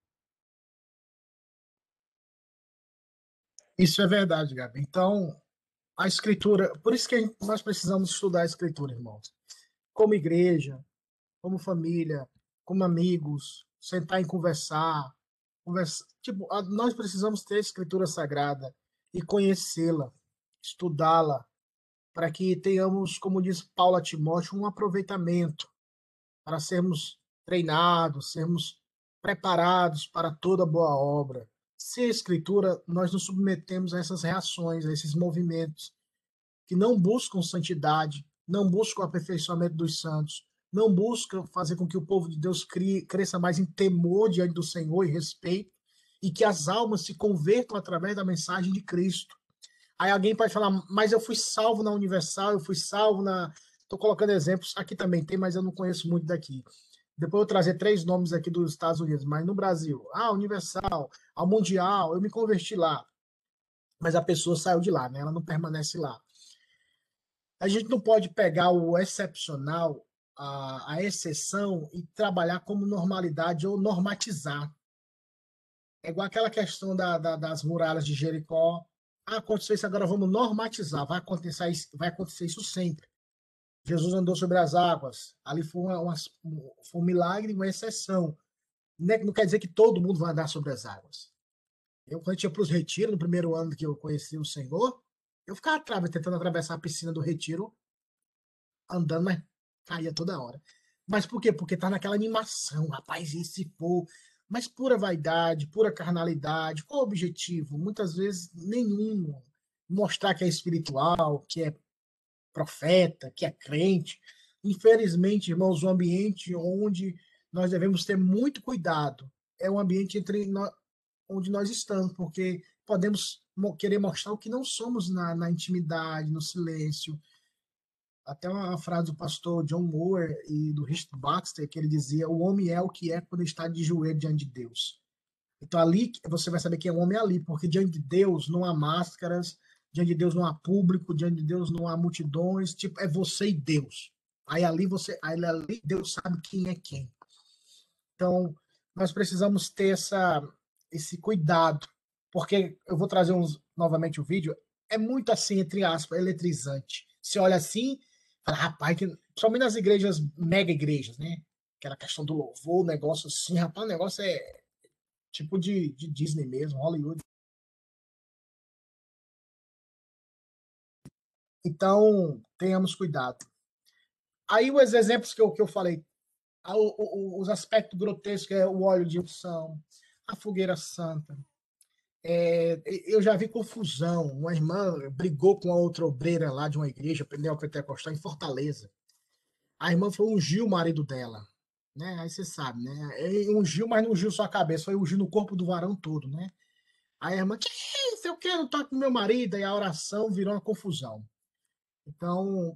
Isso é verdade, Gabi. Então, a Escritura, por isso que nós precisamos estudar a Escritura, irmãos. Como igreja, como família, como amigos, sentar e conversar. Tipo, nós precisamos ter a Escritura Sagrada e conhecê-la, estudá-la, para que tenhamos, como diz Paulo a Timóteo, um aproveitamento, para sermos treinados, sermos preparados para toda boa obra. Sem a Escritura, nós nos submetemos a essas reações, a esses movimentos que não buscam santidade, não busca o aperfeiçoamento dos santos, não busca fazer com que o povo de Deus cresça mais em temor diante do Senhor e respeito, e que as almas se convertam através da mensagem de Cristo. Aí alguém pode falar, mas eu fui salvo na Universal, eu fui salvo na... Estou colocando exemplos, aqui também tem, mas eu não conheço muito daqui. Depois eu vou trazer 3 nomes aqui dos Estados Unidos, mas no Brasil, Universal, ao Mundial, eu me converti lá. Mas a pessoa saiu de lá, né? Ela não permanece lá. A gente não pode pegar o excepcional, a exceção, e trabalhar como normalidade ou normatizar. É igual aquela questão das muralhas de Jericó. Aconteceu isso, agora vamos normatizar. Vai acontecer isso sempre. Jesus andou sobre as águas. Ali foi um milagre, uma exceção. Não quer dizer que todo mundo vai andar sobre as águas. Eu, quando ia para os retiros, no primeiro ano que eu conheci o Senhor, eu ficava tentando atravessar a piscina do retiro, andando, mas caía toda hora. Mas por quê? Porque tá naquela animação, rapaz, e se for? Mas pura vaidade, pura carnalidade, qual o objetivo? Muitas vezes nenhum. Mostrar que é espiritual, que é profeta, que é crente. Infelizmente, irmãos, o ambiente onde nós devemos ter muito cuidado é um ambiente onde nós estamos, porque podemos querer mostrar o que não somos na intimidade, no silêncio. Até uma frase do pastor John Moore e do Richard Baxter, que ele dizia: o homem é o que é quando está de joelho diante de Deus. Então ali você vai saber que é um homem ali, porque diante de Deus não há máscaras, diante de Deus não há público, diante de Deus não há multidões, tipo, é você e Deus. Aí ali Deus sabe quem é quem. Então, nós precisamos ter esse cuidado, porque eu vou trazer novamente o vídeo, é muito assim, entre aspas, eletrizante. Você olha assim, fala, rapaz, principalmente nas igrejas, mega igrejas, né? Aquela questão do louvor, o negócio assim, rapaz, o negócio é tipo de Disney mesmo, Hollywood. Então, tenhamos cuidado. Aí os exemplos que eu falei, os aspectos grotescos, é o óleo de unção, a fogueira santa. Eu já vi confusão. Uma irmã brigou com a outra obreira lá de uma igreja neopentecostal em Fortaleza. A irmã foi ungir o marido dela. Né? Aí você sabe, né? Ele ungiu, mas não ungiu só a cabeça, foi ungir no corpo do varão todo, né? Aí a irmã, que isso? Eu quero estar com meu marido. E a oração virou uma confusão. Então,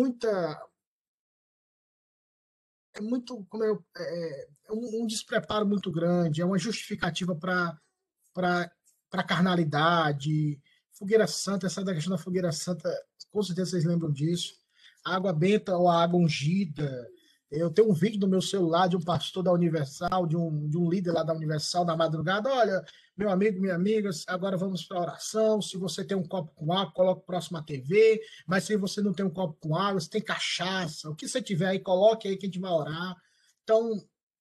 é muito, um despreparo muito grande, é uma justificativa para carnalidade. Fogueira Santa, essa da questão da Fogueira Santa, com certeza vocês lembram disso. A água benta ou a água ungida. Eu tenho um vídeo no meu celular de um pastor da Universal, de um líder lá da Universal, na madrugada. Olha, meu amigo, minha amiga, agora vamos para a oração. Se você tem um copo com água, coloque próximo à TV. Mas se você não tem um copo com água, você tem cachaça. O que você tiver aí, coloque aí que a gente vai orar. Então,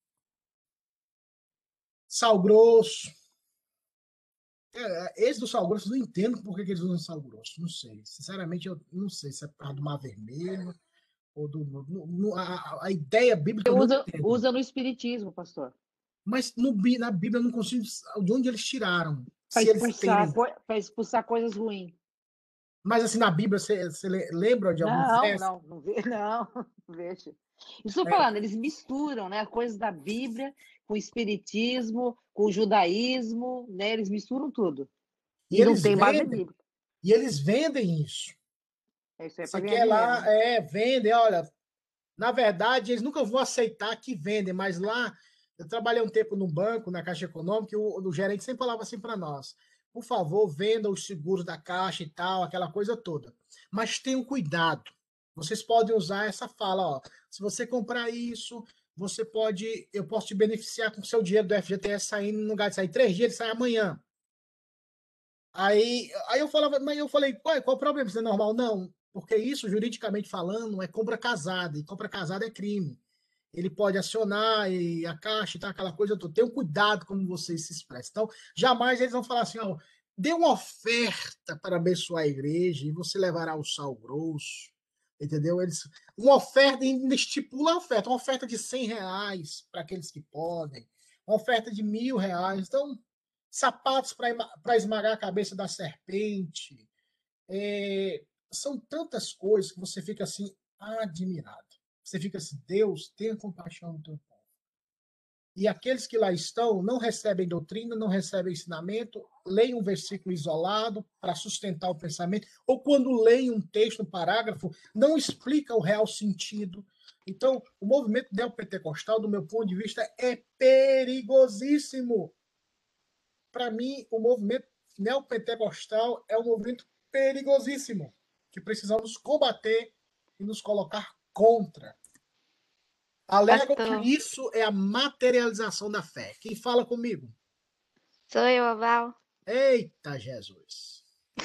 sal grosso. Esse do sal grosso, eu não entendo por que eles usam sal grosso. Não sei. Sinceramente, eu não sei se é para do Mar Vermelho ou a ideia bíblica eu não entendo. Usa no espiritismo, pastor. Mas na Bíblia eu não consigo de onde eles tiraram. Para expulsar coisas ruins. Mas assim, na Bíblia, você lembra de algum verso? Não vejo. Estou falando, eles misturam, né, coisas da Bíblia com o espiritismo, com o judaísmo, né? Eles misturam tudo. E não tem base bíblica. E eles vendem isso. Isso é você quer lá, vendem, olha. Na verdade, eles nunca vão aceitar que vendem, mas lá, eu trabalhei um tempo no banco, na Caixa Econômica, e o gerente sempre falava assim para nós: por favor, venda os seguros da Caixa e tal, aquela coisa toda. Mas tenham cuidado. Vocês podem usar essa fala, ó. Se você comprar isso, eu posso te beneficiar com o seu dinheiro do FGTS saindo, no lugar de sair 3 dias, ele sai amanhã. Aí eu falei, qual o problema? Isso é normal? Não, porque isso, juridicamente falando, é compra casada, e compra casada é crime. Ele pode acionar e a Caixa e tal, aquela coisa toda. Tenham cuidado como vocês se expressam. Então, jamais eles vão falar assim, ó, dê uma oferta para abençoar a igreja e você levará o sal grosso, entendeu? Uma oferta, ainda estipula a oferta, uma oferta de R$100 para aqueles que podem, uma oferta de R$1.000. Então, sapatos para esmagar a cabeça da serpente. São tantas coisas que você fica assim, admirado. Você fica assim, Deus, tenha compaixão do teu povo. E aqueles que lá estão não recebem doutrina, não recebem ensinamento, leem um versículo isolado para sustentar o pensamento, ou quando leem um texto, um parágrafo, não explica o real sentido. Então, o movimento neopentecostal, do meu ponto de vista, é perigosíssimo. Para mim, o movimento neopentecostal é um movimento perigosíssimo, que precisamos combater e nos colocar contra. Alegam Pastor, que isso é a materialização da fé. Quem fala comigo? sou eu, a Val. Eita, Jesus!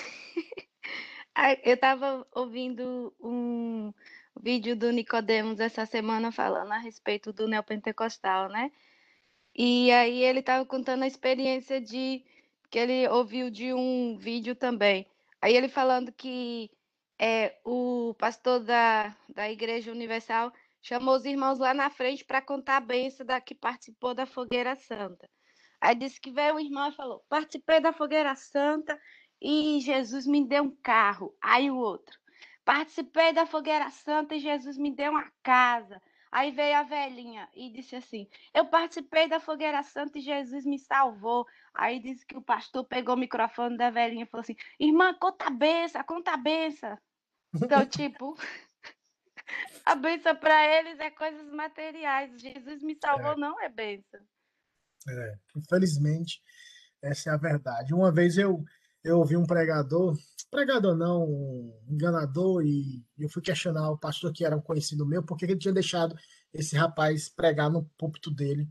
Eu estava ouvindo um vídeo do Nicodemos essa semana falando a respeito do neopentecostal, né? E aí ele estava contando a experiência que ele ouviu de um vídeo também. Aí ele falando que o pastor da Igreja Universal chamou os irmãos lá na frente para contar a bênção da que participou da Fogueira Santa. Aí disse que veio um irmão e falou: participei da Fogueira Santa e Jesus me deu um carro. Aí o outro: participei da Fogueira Santa e Jesus me deu uma casa. Aí veio a velhinha e disse assim: eu participei da Fogueira Santa e Jesus me salvou. Aí disse que o pastor pegou o microfone da velhinha e falou assim: irmã, conta a benção, conta a benção. Então, tipo, a benção para eles é coisas materiais. Jesus me salvou não é benção. Infelizmente, essa é a verdade. Uma vez eu ouvi um pregador não, um enganador, e eu fui questionar o pastor, que era um conhecido meu, porque ele tinha deixado esse rapaz pregar no púlpito dele.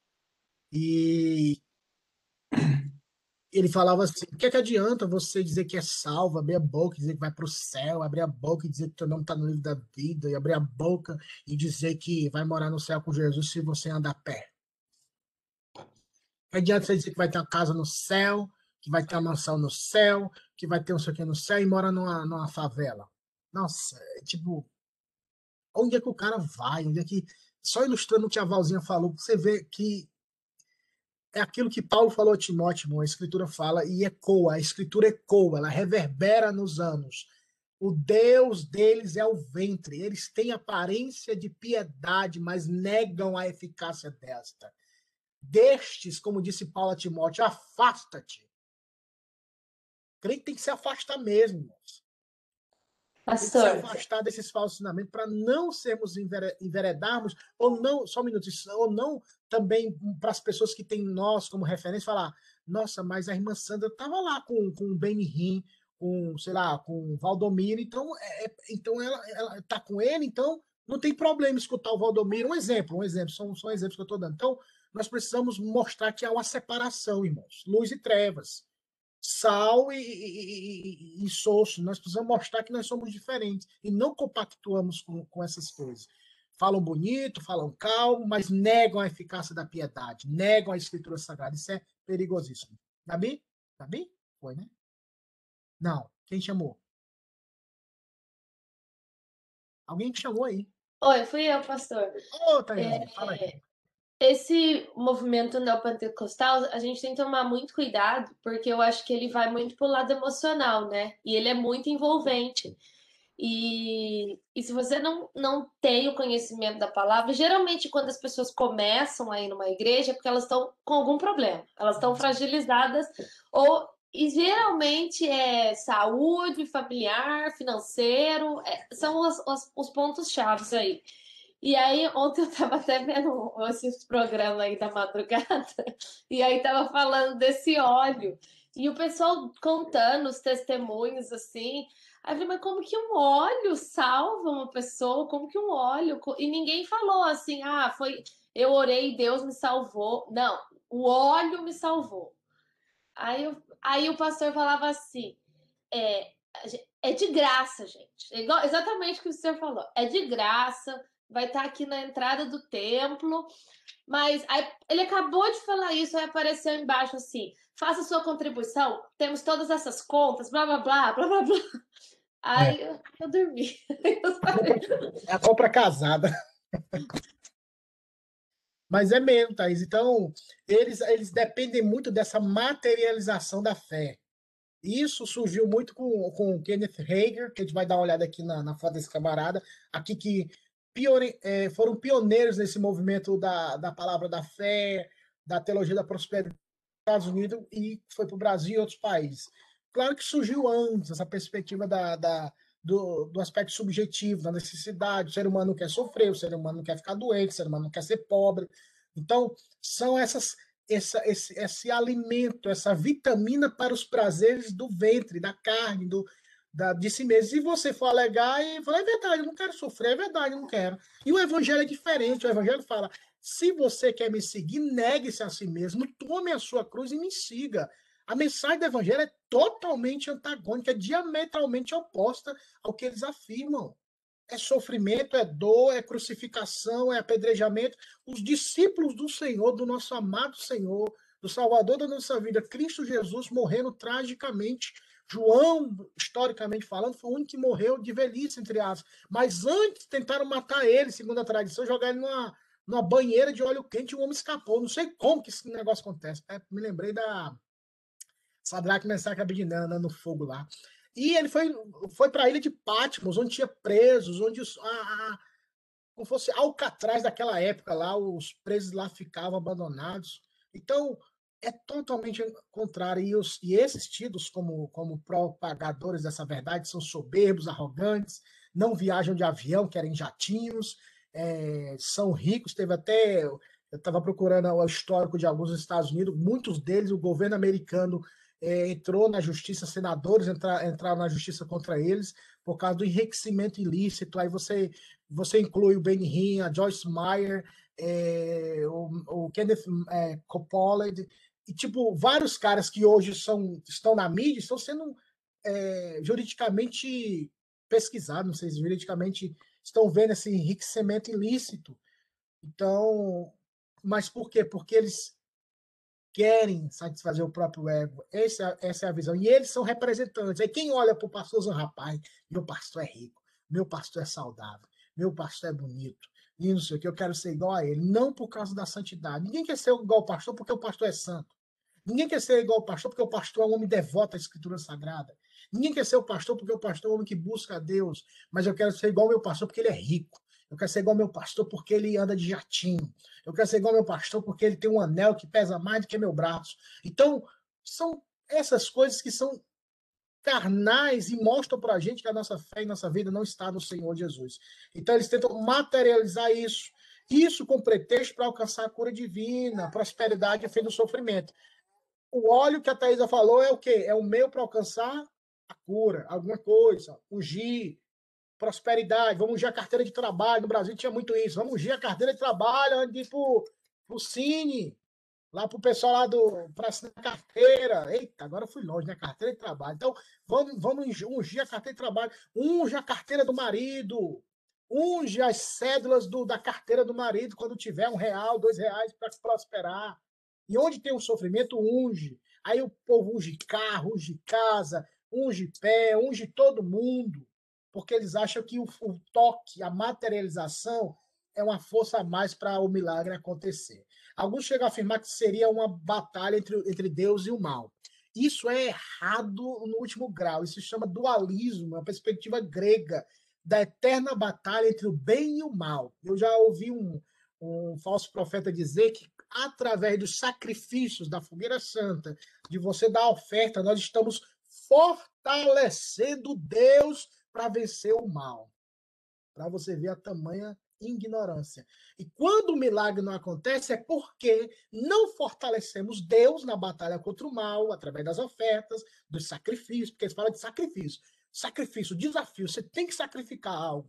E ele falava assim: o que é que adianta você dizer que é salvo, abrir a boca e dizer que vai para o céu, abrir a boca e dizer que teu nome está no livro da vida, e abrir a boca e dizer que vai morar no céu com Jesus se você andar a pé? Não adianta você dizer que vai ter uma casa no céu, que vai ter uma mansão no céu, que vai ter um sei o que no céu e mora numa favela. Nossa, é tipo, onde é que o cara vai? Onde é que. Só ilustrando o que a Valzinha falou, você vê que é aquilo que Paulo falou a Timóteo, irmão, a escritura fala e ecoa, a escritura ecoa, ela reverbera nos anos. O Deus deles é o ventre, eles têm aparência de piedade, mas negam a eficácia desta. Destes, como disse Paulo a Timóteo, afasta-te. Crente tem que se afastar mesmo, irmãos. Tem que se Pastor, afastar desses falsos ensinamentos para não sermos enveredarmos, ou não, só um minuto, ou não também para as pessoas que têm nós como referência, falar: nossa, mas a irmã Sandra estava lá com o Benihim, com, sei lá, com o Valdomiro, então ela está com ele, então não tem problema escutar o Valdomiro. Um exemplo, são exemplos que eu estou dando. Então, nós precisamos mostrar que há uma separação, irmãos, luz e trevas, sal e soço. Nós precisamos mostrar que nós somos diferentes e não compactuamos com essas coisas. Falam bonito, falam calmo, mas negam a eficácia da piedade, negam a escritura sagrada. Isso é perigosíssimo. Gabi? Gabi? Foi, né? Não. Quem chamou? Alguém que chamou aí. oi, fui eu, pastor. Ô, Thaís, fala aí. Esse movimento neopentecostal, a gente tem que tomar muito cuidado, porque eu acho que ele vai muito pro lado emocional, né? E ele é muito envolvente. E se você não tem o conhecimento da palavra, geralmente quando as pessoas começam a ir numa igreja é porque elas estão com algum problema, elas estão fragilizadas, e geralmente é saúde, familiar, financeiro, são os pontos-chave aí. E aí, ontem eu estava até vendo esses programas aí da madrugada, e aí estava falando desse óleo, e o pessoal contando os testemunhos assim. Aí eu falei: mas como que um óleo salva uma pessoa? Como que um óleo. E ninguém falou assim: ah, foi. Eu orei e Deus me salvou. Não, o óleo me salvou. Aí o pastor falava assim: é, é de graça, gente. Exatamente o que o senhor falou. É de graça, vai estar aqui na entrada do templo. Mas aí, ele acabou de falar isso, aí apareceu embaixo assim: faça sua contribuição, temos todas essas contas, blá blá blá, blá blá blá. Aí eu dormi. É a compra casada. Mas é mesmo, Thaís. Então, eles dependem muito dessa materialização da fé. Isso surgiu muito com o Kenneth Hagin, que a gente vai dar uma olhada aqui na foto desse camarada, aqui que foram pioneiros nesse movimento da palavra da fé, da teologia da prosperidade nos Estados Unidos e foi para o Brasil e outros países. Claro que surgiu antes essa perspectiva do aspecto subjetivo, da necessidade. O ser humano não quer sofrer, o ser humano não quer ficar doente, o ser humano não quer ser pobre. Então, são esse alimento, essa vitamina para os prazeres do ventre, da carne, de si mesmo. Se você for alegar e falar, é verdade, eu não quero sofrer, é verdade, eu não quero. E o evangelho é diferente, o evangelho fala, se você quer me seguir, negue-se a si mesmo, tome a sua cruz e me siga. A mensagem do evangelho é totalmente antagônica, é diametralmente oposta ao que eles afirmam. É sofrimento, é dor, é crucificação, é apedrejamento. Os discípulos do Senhor, do nosso amado Senhor, do Salvador da nossa vida, Cristo Jesus, morrendo tragicamente. João, historicamente falando, foi o único que morreu de velhice, entre aspas. Mas antes tentaram matar ele, segundo a tradição, jogar ele numa banheira de óleo quente e o homem escapou. Não sei como que esse negócio acontece. Me lembrei da Sadraque, Mesaque e Abednego no fogo lá. E ele foi para a ilha de Patmos, onde tinha presos, onde como fosse Alcatraz daquela época lá, os presos lá ficavam abandonados. Então, é totalmente contrário. E esses tidos como propagadores dessa verdade são soberbos, arrogantes, não viajam de avião, querem jatinhos, são ricos. Teve até. Eu estava procurando o histórico de alguns dos Estados Unidos, muitos deles, o governo americano entrou na justiça, senadores entraram na justiça contra eles por causa do enriquecimento ilícito. Aí você inclui o Benny Hinn, a Joyce Meyer, o Kenneth Coppola, e tipo, vários caras que hoje estão na mídia estão sendo juridicamente pesquisados, não sei se juridicamente estão vendo esse enriquecimento ilícito. Então, mas por quê? Porque eles querem satisfazer o próprio ego. Essa é a visão. E eles são representantes. Aí quem olha para o pastor diz, rapaz, meu pastor é rico, meu pastor é saudável, meu pastor é bonito, e não sei o que, eu quero ser igual a ele. Não por causa da santidade. Ninguém quer ser igual ao pastor porque o pastor é santo. Ninguém quer ser igual ao pastor porque o pastor é um homem devoto à Escritura Sagrada. Ninguém quer ser o pastor porque o pastor é um homem que busca a Deus. Mas eu quero ser igual ao meu pastor porque ele é rico. Eu quero ser igual ao meu pastor porque ele anda de jatinho. Eu quero ser igual ao meu pastor porque ele tem um anel que pesa mais do que meu braço. Então, são essas coisas que são carnais e mostram para a gente que a nossa fé e nossa vida não está no Senhor Jesus. Então, eles tentam materializar isso com pretexto para alcançar a cura divina, a prosperidade e fim do sofrimento. O óleo que a Thaisa falou é o quê? É o meio para alcançar a cura, alguma coisa, ungir, prosperidade, vamos ungir a carteira de trabalho. No Brasil tinha muito isso. Vamos ungir a carteira de trabalho, antes de ir pro Cine, lá pro pessoal lá para assinar a carteira. Eita, agora eu fui longe, né? Carteira de trabalho. Então, vamos ungir a carteira de trabalho, unge a carteira do marido, unge as cédulas da carteira do marido quando tiver R$1, R$2 para prosperar. E onde tem um sofrimento, unge. Aí o povo unge carro, unge casa, unge pé, unge todo mundo, porque eles acham que o toque, a materialização, é uma força a mais para o milagre acontecer. Alguns chegam a afirmar que seria uma batalha entre Deus e o mal. Isso é errado no último grau. Isso se chama dualismo, uma perspectiva grega da eterna batalha entre o bem e o mal. Eu já ouvi um falso profeta dizer que através dos sacrifícios da fogueira santa, de você dar oferta, nós estamos fortalecendo Deus para vencer o mal. Para você ver a tamanha ignorância. E quando o milagre não acontece, é porque não fortalecemos Deus na batalha contra o mal, através das ofertas, dos sacrifícios, porque eles falam de sacrifício. Sacrifício, desafio, você tem que sacrificar algo.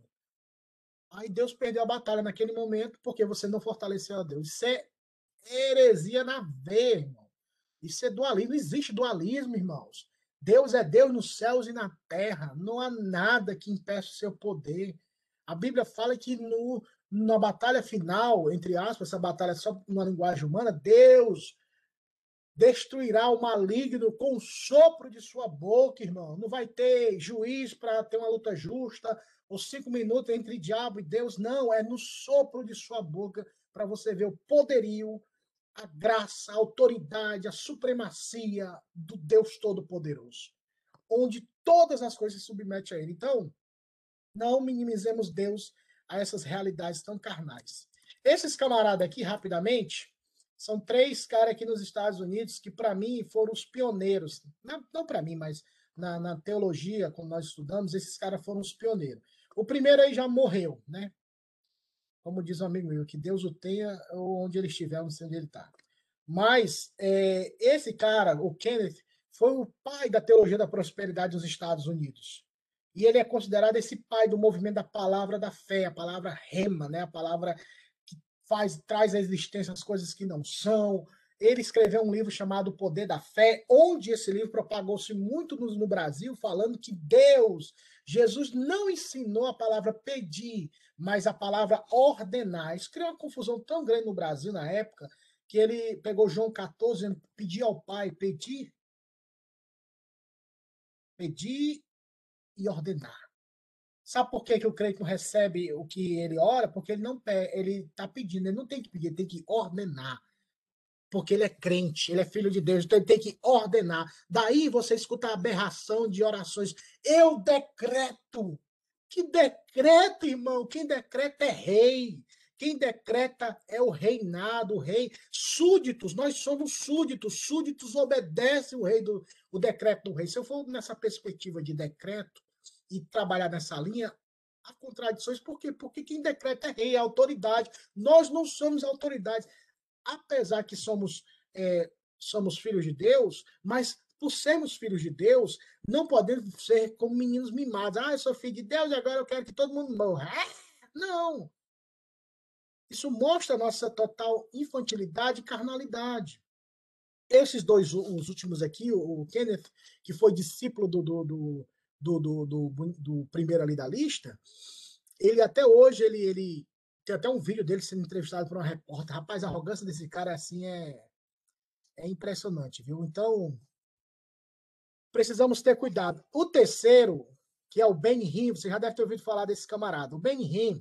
Aí Deus perdeu a batalha naquele momento porque você não fortaleceu a Deus. Isso é heresia na veia, irmão. Isso é dualismo. Não existe dualismo, irmãos. Deus é Deus nos céus e na terra. Não há nada que impeça o seu poder. A Bíblia fala que na batalha final, entre aspas, essa batalha é só numa linguagem humana, Deus destruirá o maligno com o sopro de sua boca, irmão. Não vai ter juiz para ter uma luta justa, ou 5 minutos entre diabo e Deus. Não, é no sopro de sua boca para você ver o poderio, a graça, a autoridade, a supremacia do Deus Todo-Poderoso. onde todas as coisas se submetem a ele. Então, não minimizemos Deus a essas realidades tão carnais. Esses camaradas aqui, rapidamente, são 3 caras aqui nos Estados Unidos que, para mim, foram os pioneiros. Não para mim, mas na teologia, quando nós estudamos, esses caras foram os pioneiros. O primeiro aí já morreu, né? Como diz um amigo meu, que Deus o tenha onde ele estiver, não sei onde ele está. Mas esse cara, o Kenneth, foi o pai da teologia da prosperidade dos Estados Unidos. E ele é considerado esse pai do movimento da palavra da fé, a palavra rema, né? A palavra que traz à existência as coisas que não são. Ele escreveu um livro chamado O Poder da Fé, onde esse livro propagou-se muito no Brasil, falando que Jesus não ensinou a palavra pedir, mas a palavra ordenar. Isso criou uma confusão tão grande no Brasil na época, que ele pegou João 14, dizendo, pedir ao Pai, pedir e ordenar. Sabe por que o crente não recebe o que ele ora? Porque ele está pedindo, ele não tem que pedir, ele tem que ordenar. Porque ele é crente, ele é filho de Deus, então ele tem que ordenar. Daí você escuta a aberração de orações. Eu decreto. Que decreto, irmão? Quem decreta é rei. Quem decreta é o reinado, o rei. Súditos, nós somos súditos. Súditos obedecem o decreto do rei. Se eu for nessa perspectiva de decreto e trabalhar nessa linha, há contradições. Por quê? Porque quem decreta é rei, é autoridade. Nós não somos autoridades. Apesar que somos filhos de Deus, mas por sermos filhos de Deus, não podemos ser como meninos mimados. Eu sou filho de Deus e agora eu quero que todo mundo morra. Não! Isso mostra a nossa total infantilidade e carnalidade. Esses dois, os últimos aqui, o Kenneth, que foi discípulo do primeiro ali da lista, ele até hoje, ele tem até um vídeo dele sendo entrevistado por uma repórter. Rapaz, a arrogância desse cara assim é impressionante, viu? Então, precisamos ter cuidado. O terceiro, que é o Benny Hinn, você já deve ter ouvido falar desse camarada. O Benny Hinn,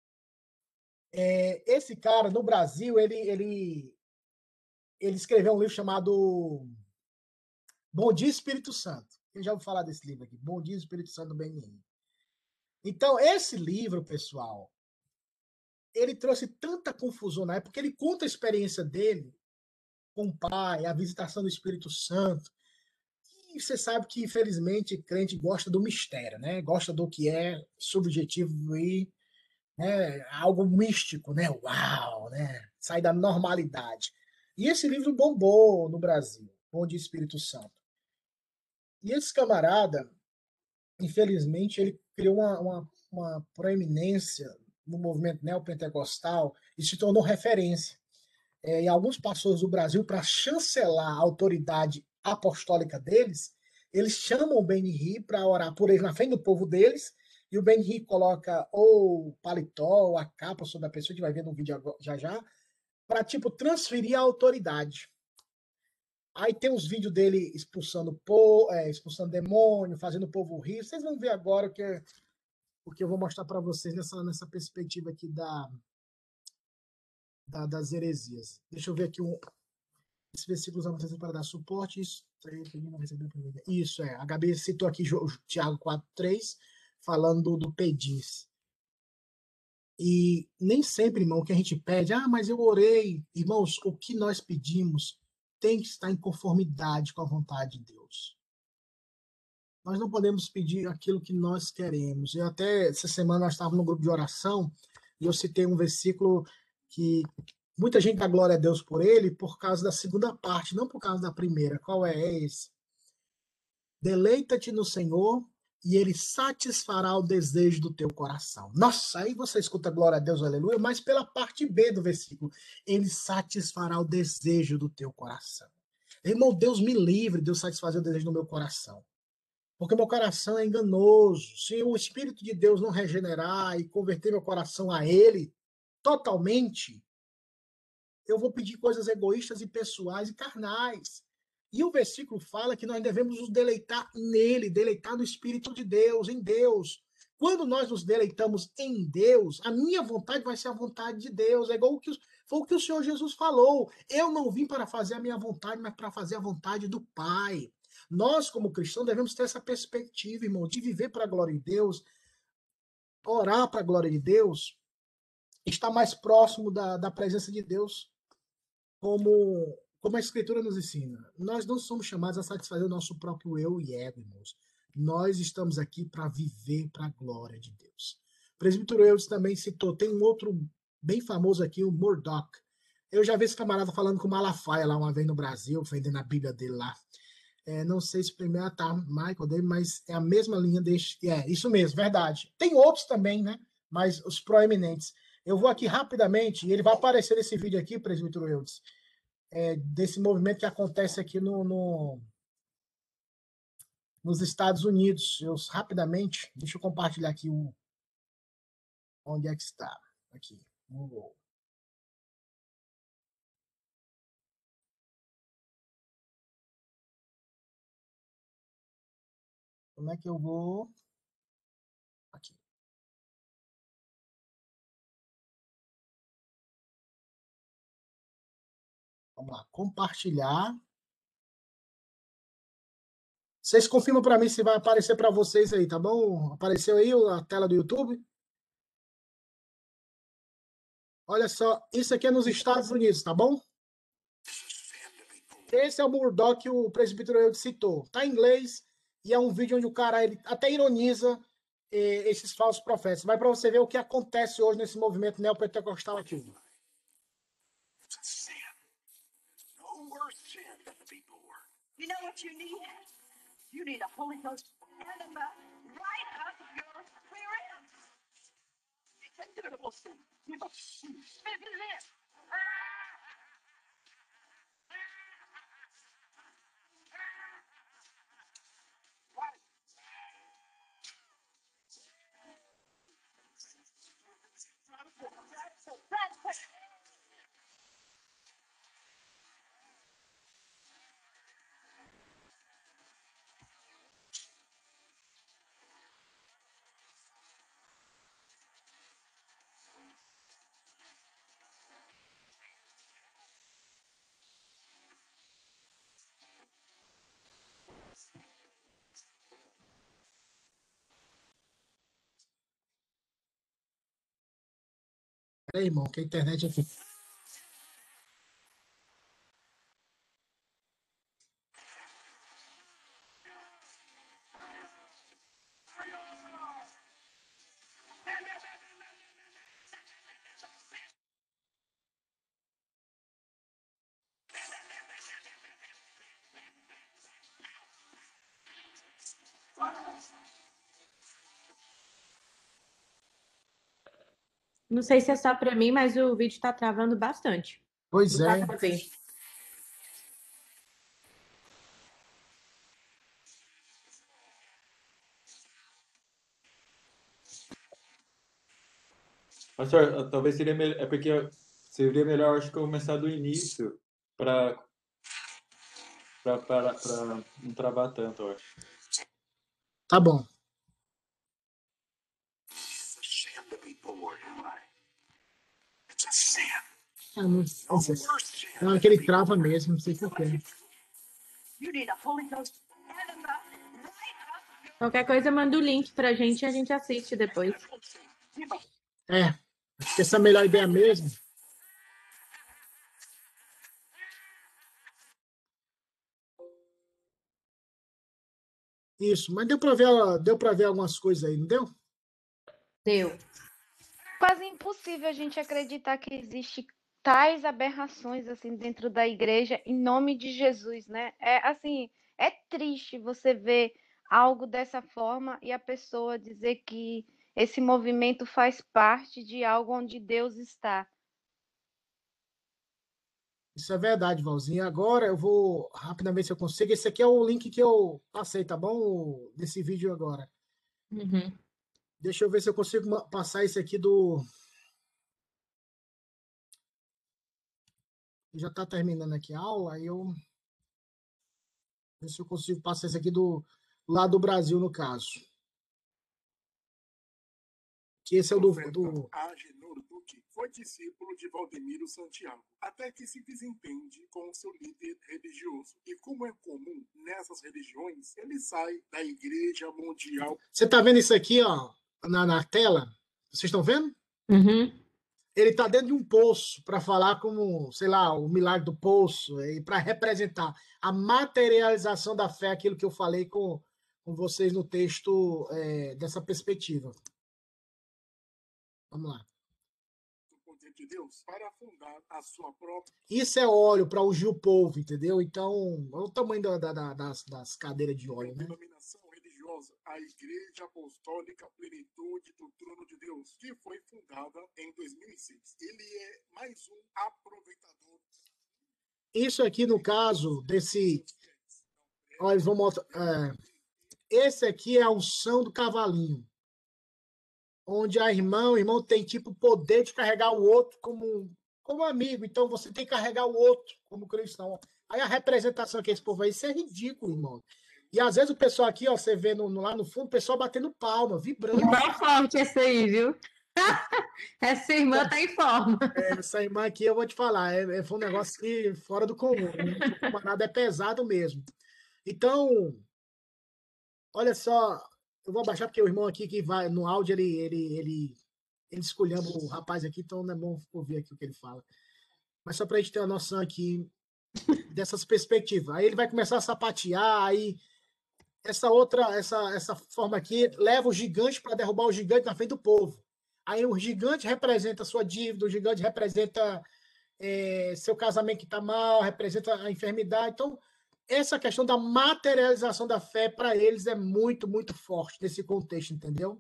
esse cara, no Brasil, ele escreveu um livro chamado Bom Dia Espírito Santo. Eu já vou falar desse livro aqui, Bom Dia Espírito Santo, do Benny Hinn. Então, esse livro, pessoal, ele trouxe tanta confusão na época, porque ele conta a experiência dele com o Pai, a visitação do Espírito Santo. E você sabe que, infelizmente, crente gosta do mistério, né? Gosta do que é subjetivo e algo místico, né? Uau, né? Sai da normalidade. E esse livro bombou no Brasil, Bom Dia Espírito Santo. E esse camarada, infelizmente, ele criou uma proeminência no movimento neopentecostal e se tornou referência em alguns pastores do Brasil para chancelar a autoridade apostólica deles. Eles chamam o Benny Hinn para orar por eles na frente do povo deles, e o Benny Hinn coloca ou o paletó ou a capa sobre a pessoa, que vai ver no vídeo já, para transferir a autoridade. Aí tem os vídeos dele expulsando demônio, fazendo o povo rir. Vocês vão ver agora o que eu vou mostrar para vocês nessa perspectiva aqui das heresias. Deixa eu ver aqui esse versículo usamos para dar suporte. Isso, a Gabi citou aqui Tiago 4,3, falando do pedir. E nem sempre, irmão, o que a gente pede, mas eu orei. Irmãos, o que nós pedimos tem que estar em conformidade com a vontade de Deus. Nós não podemos pedir aquilo que nós queremos. Eu até, essa semana, nós estávamos no grupo de oração e eu citei um versículo que muita gente dá glória a Deus por ele por causa da segunda parte, não por causa da primeira. Qual é esse? Deleita-te no Senhor e ele satisfará o desejo do teu coração. Nossa, aí você escuta glória a Deus, aleluia, mas pela parte B do versículo, ele satisfará o desejo do teu coração. Irmão, Deus me livre de eu satisfazer o desejo do meu coração. Porque meu coração é enganoso. Se o Espírito de Deus não regenerar e converter meu coração a ele totalmente, eu vou pedir coisas egoístas e pessoais e carnais. E o versículo fala que nós devemos nos deleitar nele, deleitar no Espírito de Deus, em Deus. Quando nós nos deleitamos em Deus, a minha vontade vai ser a vontade de Deus. É igual foi o que o Senhor Jesus falou. Eu não vim para fazer a minha vontade, mas para fazer a vontade do Pai. Nós, como cristãos, devemos ter essa perspectiva, irmão, de viver para a glória de Deus, orar para a glória de Deus, estar mais próximo da presença de Deus, como a Escritura nos ensina. Nós não somos chamados a satisfazer o nosso próprio eu e ego, irmãos. Nós estamos aqui para viver para a glória de Deus. O presbítero Eudes também citou, tem um outro bem famoso aqui, o Murdoch. Eu já vi esse camarada falando com Malafaia lá uma vez no Brasil, vendendo a Bíblia dele lá. Não sei se primeiro tá Michael dele, mas é a mesma linha deste. Isso mesmo, verdade. Tem outros também, né? Mas os proeminentes. Eu vou aqui rapidamente, e ele vai aparecer nesse vídeo aqui, presbítero Eudes, desse movimento que acontece aqui nos Estados Unidos. Rapidamente, deixa eu compartilhar aqui onde é que está. Aqui. Como é que eu vou? Aqui. Vamos lá, compartilhar. Vocês confirmam para mim se vai aparecer para vocês aí, tá bom? Apareceu aí a tela do YouTube? Olha só, isso aqui é nos Estados Unidos, tá bom? Esse é o Murdoch que o presbítero Eudes citou. Tá em inglês e é um vídeo onde o cara ele até ironiza esses falsos profetas. Vai para você ver o que acontece hoje nesse movimento neopentecostal aqui. You know what you need? You need a Holy Ghost enema right up your rear end. Peraí, irmão, que a internet aqui. Não sei se é só para mim, mas o vídeo está travando bastante. Pois Não dá é. pra ver. Pastor, talvez seria melhor, é porque seria melhor, acho que começar do início para não travar tanto, eu acho. Tá bom. Não, aquele trava mesmo, não sei porquê. Qualquer coisa, manda o link pra gente e a gente assiste depois. Acho que essa é a melhor ideia mesmo. Isso, mas deu para ver algumas coisas aí, não deu? Deu. Quase impossível a gente acreditar que existe tais aberrações assim dentro da igreja em nome de Jesus, né? É triste você ver algo dessa forma e a pessoa dizer que esse movimento faz parte de algo onde Deus está. Isso é verdade, Valzinho. Agora eu vou rapidamente se eu consigo. Esse aqui é o link que eu passei, tá bom? Desse vídeo agora. Uhum. Deixa eu ver se eu consigo passar esse aqui do... Já tá terminando aqui a aula, aí eu... Ver se eu consigo passar esse aqui do lado do Brasil, no caso. que esse é o do Agenor Duque foi discípulo de Valdemiro Santiago, até que se desentende com seu líder religioso. E como é comum nessas religiões, ele sai da Igreja Mundial. Você tá vendo isso aqui, ó, na tela? Vocês estão vendo? Uhum. Ele está dentro de um poço para falar como, sei lá, o milagre do poço, e para representar a materialização da fé, aquilo que eu falei com vocês no texto dessa perspectiva. Vamos lá. De Deus para fundar a sua própria. Isso é óleo para ungir o povo, entendeu? Então, olha o tamanho das cadeiras de óleo, né? Denominação religiosa, a Igreja Apostólica Plenitude do Trono de Deus, que foi fundada em 2006. Ele é mais um aproveitador. Isso aqui, no caso desse. Olha, eles vão mostrar. Esse aqui é a unção do cavalinho. Onde o irmão tem tipo poder de carregar o outro como amigo. Então você tem que carregar o outro como cristão. Aí a representação que esse povo aí, isso é ridículo, irmão. E às vezes o pessoal aqui, ó, você vê lá no fundo, o pessoal batendo palma, vibrando. Bem forte esse aí, viu? Essa irmã tá em forma. Essa irmã aqui, eu vou te falar, foi um negócio que fora do comum. O camarada é pesado mesmo. Então, olha só. Eu vou abaixar porque o irmão aqui que vai no áudio, ele escolhendo o rapaz aqui, então não é bom ouvir aqui o que ele fala. Mas só para a gente ter uma noção aqui dessas perspectivas. Aí ele vai começar a sapatear, aí essa forma aqui leva o gigante para derrubar o gigante na frente do povo. Aí o gigante representa a sua dívida, o gigante representa seu casamento que está mal, representa a enfermidade. Então, essa questão da materialização da fé, para eles, é muito, muito forte nesse contexto, entendeu?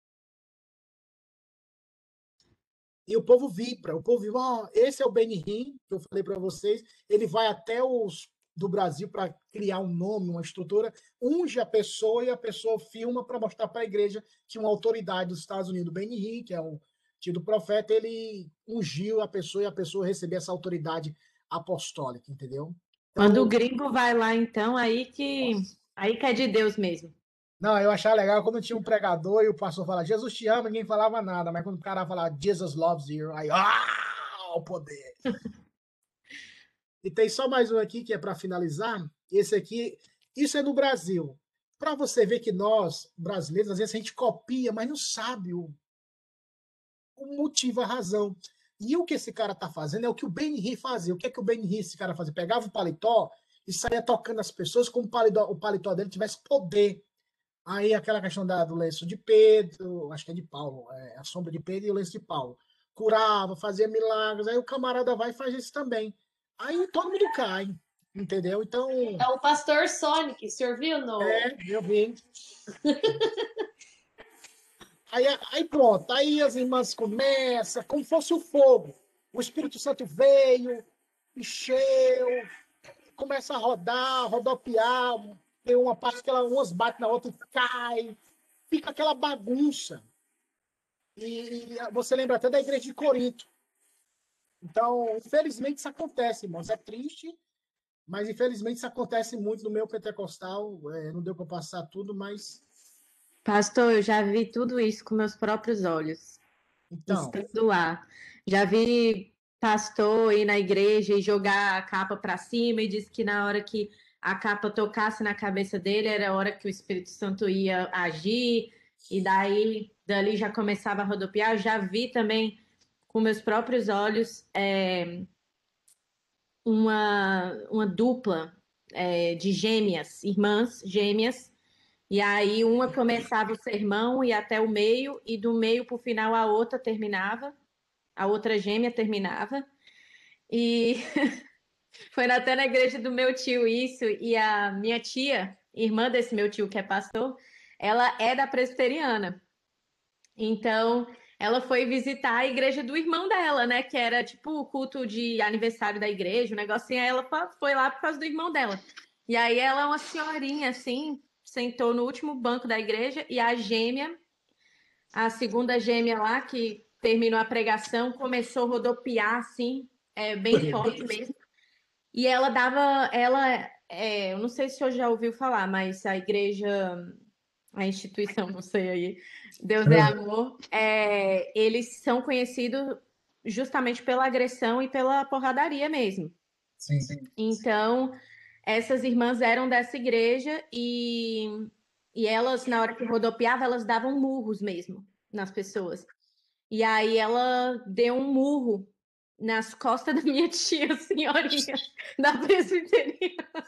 E o povo vibra, esse é o Benihim, que eu falei para vocês, ele vai até os do Brasil para criar um nome, uma estrutura, unge a pessoa e a pessoa filma para mostrar para a igreja que uma autoridade dos Estados Unidos, o Benihim, que é o tio do profeta, ele ungiu a pessoa e a pessoa recebeu essa autoridade apostólica, entendeu? Quando o gringo vai lá, então, aí que é de Deus mesmo. Não, eu achava legal quando tinha um pregador e o pastor falava, Jesus te ama, ninguém falava nada, mas quando o cara falava, Jesus loves you, aí, o poder. E tem só mais um aqui que é para finalizar. Esse aqui, isso é no Brasil. Para você ver que nós, brasileiros, às vezes a gente copia, mas não sabe o motivo, a razão. E o que esse cara tá fazendo é o que o Benihim fazia. O que é que o Benihim, esse cara fazia? Pegava o paletó e saía tocando as pessoas como o paletó dele tivesse poder. Aí aquela questão do lenço de Pedro, acho que é de Paulo, a sombra de Pedro e o lenço de Paulo. Curava, fazia milagres, aí o camarada vai e faz isso também. Aí todo mundo cai, entendeu? Então... É o pastor Sonic, o senhor viu? Eu vi. Aí pronto, aí as irmãs começam, como fosse o fogo. O Espírito Santo veio, encheu, começa a rodar, rodopiar, tem uma parte que umas bate na outra e cai, fica aquela bagunça. E você lembra até da igreja de Corinto. Então, infelizmente isso acontece, irmãos. É triste, mas infelizmente isso acontece muito no meu pentecostal. Não deu para passar tudo, mas... Pastor, eu já vi tudo isso com meus próprios olhos. Então, estando lá. Já vi pastor ir na igreja e jogar a capa para cima e disse que na hora que a capa tocasse na cabeça dele era a hora que o Espírito Santo ia agir e dali já começava a rodopiar. Eu já vi também com meus próprios olhos uma dupla de gêmeas, irmãs gêmeas. E aí uma começava o sermão e até o meio, e do meio para o final a outra terminava, a outra gêmea terminava. E foi até na igreja do meu tio isso, e a minha tia, irmã desse meu tio que é pastor, ela é da presbiteriana. Então, ela foi visitar a igreja do irmão dela, né? Que era tipo o culto de aniversário da igreja, um negocinho. Aí ela foi lá por causa do irmão dela. E aí ela é uma senhorinha assim, sentou no último banco da igreja e a gêmea, a segunda gêmea lá, que terminou a pregação, começou a rodopiar, assim, bem forte mesmo. E ela eu não sei se o senhor já ouviu falar, mas a igreja a instituição, não sei aí, Deus é Amor, eles são conhecidos justamente pela agressão e pela porradaria mesmo. Sim. Então, essas irmãs eram dessa igreja e elas, na hora que rodopiavam, elas davam murros mesmo nas pessoas. E aí ela deu um murro nas costas da minha tia, senhorinha, da presbiteriana.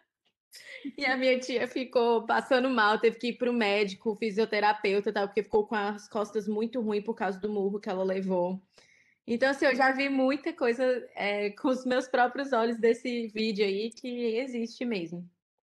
E a minha tia ficou passando mal, teve que ir para o médico, fisioterapeuta, tal, porque ficou com as costas muito ruins por causa do murro que ela levou. Então, assim, eu já vi muita coisa com os meus próprios olhos desse vídeo aí que existe mesmo.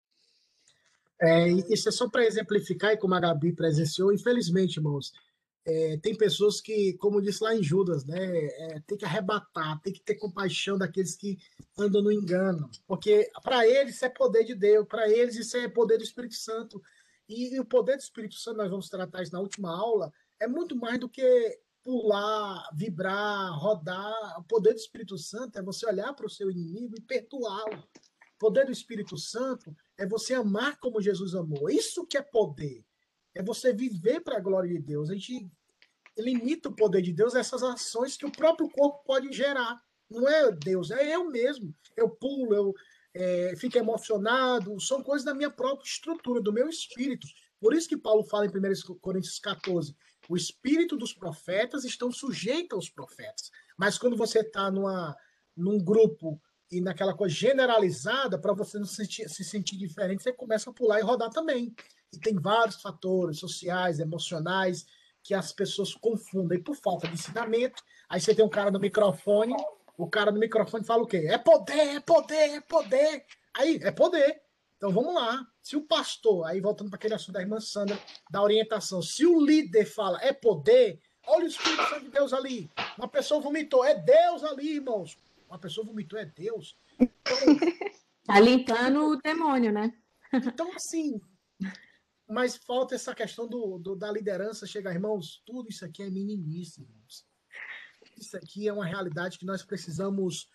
Isso é só para exemplificar, e como a Gabi presenciou, infelizmente, irmãos, tem pessoas que, como disse lá em Judas, né, tem que arrebatar, tem que ter compaixão daqueles que andam no engano, porque para eles isso é poder de Deus, para eles isso é poder do Espírito Santo, e o poder do Espírito Santo, nós vamos tratar isso na última aula, é muito mais do que pular, vibrar, rodar. O poder do Espírito Santo é você olhar para o seu inimigo e perdoá-lo. O poder do Espírito Santo é você amar como Jesus amou. Isso que é poder. É você viver para a glória de Deus. A gente limita o poder de Deus a essas ações que o próprio corpo pode gerar. Não é Deus, é eu mesmo. Eu pulo, eu fico emocionado. São coisas da minha própria estrutura, do meu espírito. Por isso que Paulo fala em 1 Coríntios 14, o espírito dos profetas estão sujeitos aos profetas. Mas quando você está num grupo e naquela coisa generalizada, para você não se sentir diferente, você começa a pular e rodar também. E tem vários fatores sociais, emocionais, que as pessoas confundem por falta de ensinamento. Aí você tem um cara no microfone, o cara no microfone fala o quê? É poder, é poder, é poder. Aí, é poder. Então vamos lá. Se o pastor, aí voltando para aquele assunto da irmã Sandra, da orientação, se o líder fala é poder, olha o Espírito Santo de Deus ali. Uma pessoa vomitou, é Deus ali, irmãos. Uma pessoa vomitou, é Deus. Então, tá limpando o demônio, né? Então, assim, mas falta essa questão da liderança chegar, irmãos, tudo isso aqui é meninice, irmãos. Isso aqui é uma realidade que nós precisamos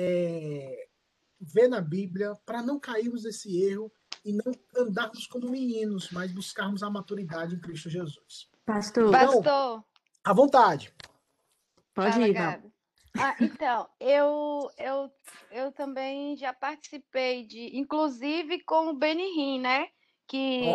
ver na Bíblia para não cairmos nesse erro e não andarmos como meninos, mas buscarmos a maturidade em Cristo Jesus. Pastor. Pastor. À vontade. Pode ir, Val. Então, eu também já participei inclusive com o Benihim, né? Que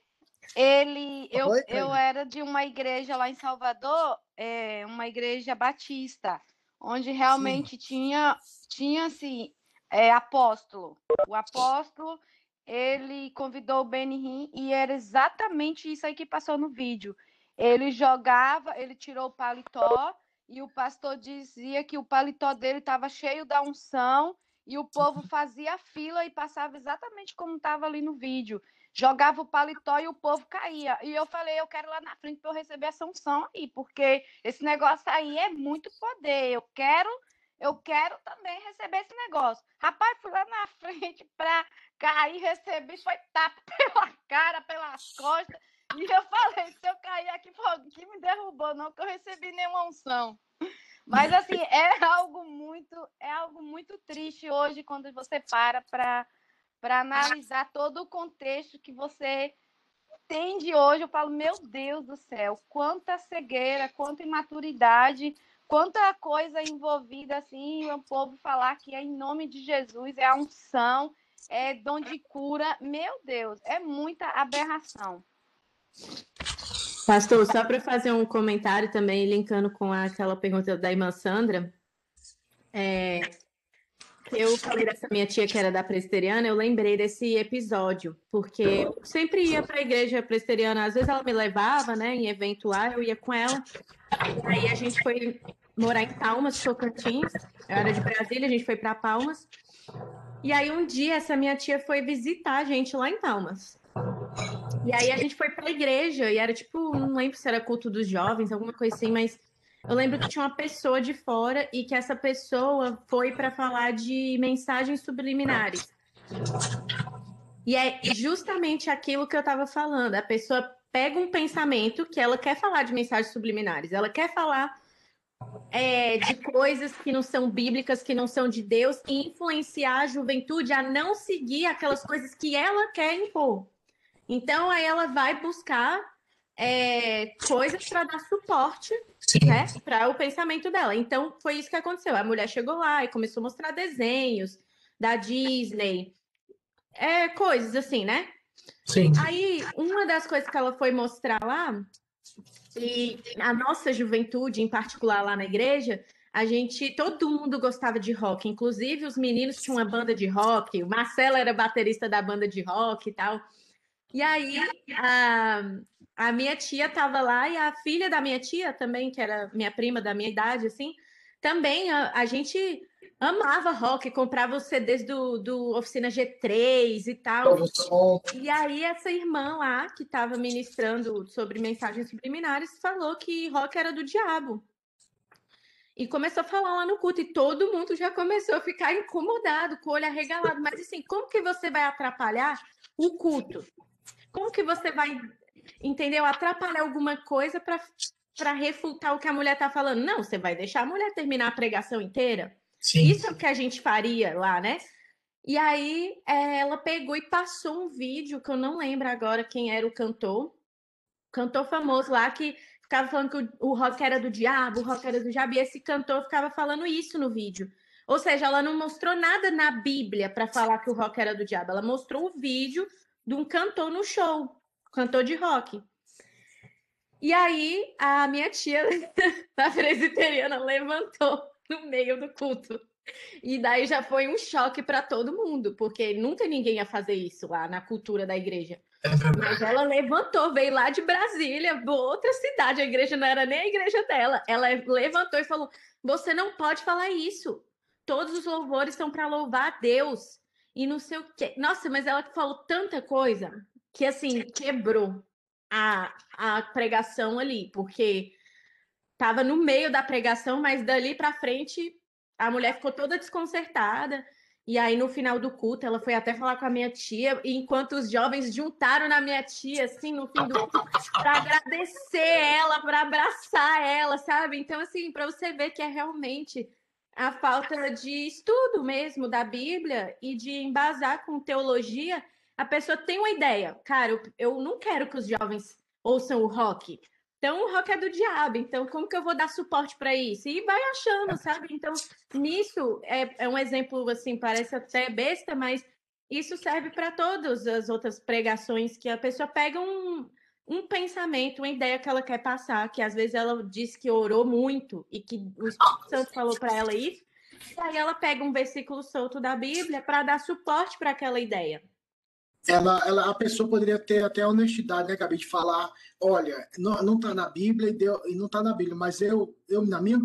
eu era de uma igreja lá em Salvador, uma igreja batista, onde realmente tinha assim, apóstolo. O apóstolo, ele convidou o Benihim e era exatamente isso aí que passou no vídeo. Ele tirou o paletó e o pastor dizia que o paletó dele estava cheio da unção e o povo fazia fila e passava exatamente como estava ali no vídeo. Jogava o paletó e o povo caía. E eu falei, eu quero lá na frente para eu receber essa unção aí, porque esse negócio aí é muito poder. Eu quero também receber esse negócio. Rapaz, fui lá na frente para cair, recebi, foi tapa pela cara, pelas costas. E eu falei, se eu cair aqui, que me derrubou, não, que eu recebi nenhuma unção. Mas, assim, é algo muito triste hoje, quando você para analisar todo o contexto que você tem de hoje. Eu falo, meu Deus do céu, quanta cegueira, quanta imaturidade, quanta coisa envolvida, assim, o povo falar que é em nome de Jesus, é a unção, é dom de cura. Meu Deus, é muita aberração. Pastor, só para fazer um comentário também, linkando com aquela pergunta da irmã Sandra, eu falei dessa minha tia que era da presbiteriana, eu lembrei desse episódio, porque eu sempre ia para a igreja presbiteriana, às vezes ela me levava, né, em evento lá, eu ia com ela, e aí a gente foi morar em Palmas, Tocantins, eu era de Brasília, a gente foi para Palmas, e aí um dia essa minha tia foi visitar a gente lá em Palmas. E aí a gente foi para a igreja, e era tipo, não lembro se era culto dos jovens, alguma coisa assim, mas eu lembro que tinha uma pessoa de fora e que essa pessoa foi para falar de mensagens subliminares. E é justamente aquilo que eu estava falando. A pessoa pega um pensamento que ela quer falar de mensagens subliminares, ela quer falar de coisas que não são bíblicas, que não são de Deus, e influenciar a juventude a não seguir aquelas coisas que ela quer impor. Então, aí ela vai buscar coisas para dar suporte, Sim. né, para o pensamento dela. Então, foi isso que aconteceu. A mulher chegou lá e começou a mostrar desenhos da Disney, coisas assim, né? Sim. Aí, uma das coisas que ela foi mostrar lá, e a nossa juventude, em particular lá na igreja, todo mundo gostava de rock, inclusive os meninos tinham uma banda de rock, o Marcelo era baterista da banda de rock e tal. E aí, a minha tia estava lá e a filha da minha tia também, que era minha prima da minha idade, assim, também a gente amava rock, comprava os CDs do Oficina G3 e tal. E aí essa irmã lá, que estava ministrando sobre mensagens subliminares, falou que rock era do diabo. E começou a falar lá no culto, e todo mundo já começou a ficar incomodado, com o olho arregalado. Mas assim, como que você vai atrapalhar o culto? Como que você vai, entendeu? Atrapalhar alguma coisa para refutar o que a mulher está falando? Não, você vai deixar a mulher terminar a pregação inteira? Sim. Isso é o que a gente faria lá, né? E aí ela pegou e passou um vídeo, que eu não lembro agora quem era o cantor famoso lá, que ficava falando que o rock era do diabo, e esse cantor ficava falando isso no vídeo. Ou seja, ela não mostrou nada na Bíblia para falar que o rock era do diabo, ela mostrou o vídeo de um cantor no show, cantor de rock. E aí a minha tia da presbiteriana levantou no meio do culto. E daí já foi um choque para todo mundo, porque nunca ninguém ia fazer isso lá na cultura da igreja. Mas ela levantou, veio lá de Brasília, outra cidade, a igreja não era nem a igreja dela. Ela levantou e falou: você não pode falar isso. Todos os louvores são para louvar a Deus. E não sei o quê. Nossa, mas ela falou tanta coisa que, assim, quebrou a pregação ali, porque estava no meio da pregação, mas dali para frente a mulher ficou toda desconcertada. E aí, no final do culto, ela foi até falar com a minha tia, e enquanto os jovens juntaram na minha tia, assim, no fim do culto, para agradecer ela, para abraçar ela, sabe? Então, assim, para você ver que é realmente a falta de estudo mesmo da Bíblia e de embasar com teologia, a pessoa tem uma ideia. Cara, eu não quero que os jovens ouçam o rock. Então, o rock é do diabo. Então, como que eu vou dar suporte para isso? E vai achando, sabe? Então, nisso, é um exemplo, assim, parece até besta, mas isso serve para todas as outras pregações, que a pessoa pega um pensamento, uma ideia que ela quer passar, que às vezes ela diz que orou muito e que o Espírito Santo falou para ela isso, e aí ela pega um versículo solto da Bíblia para dar suporte para aquela ideia. A pessoa poderia ter até a honestidade, né, Gabi, de falar, olha, não está na Bíblia e não está na Bíblia, mas eu na minha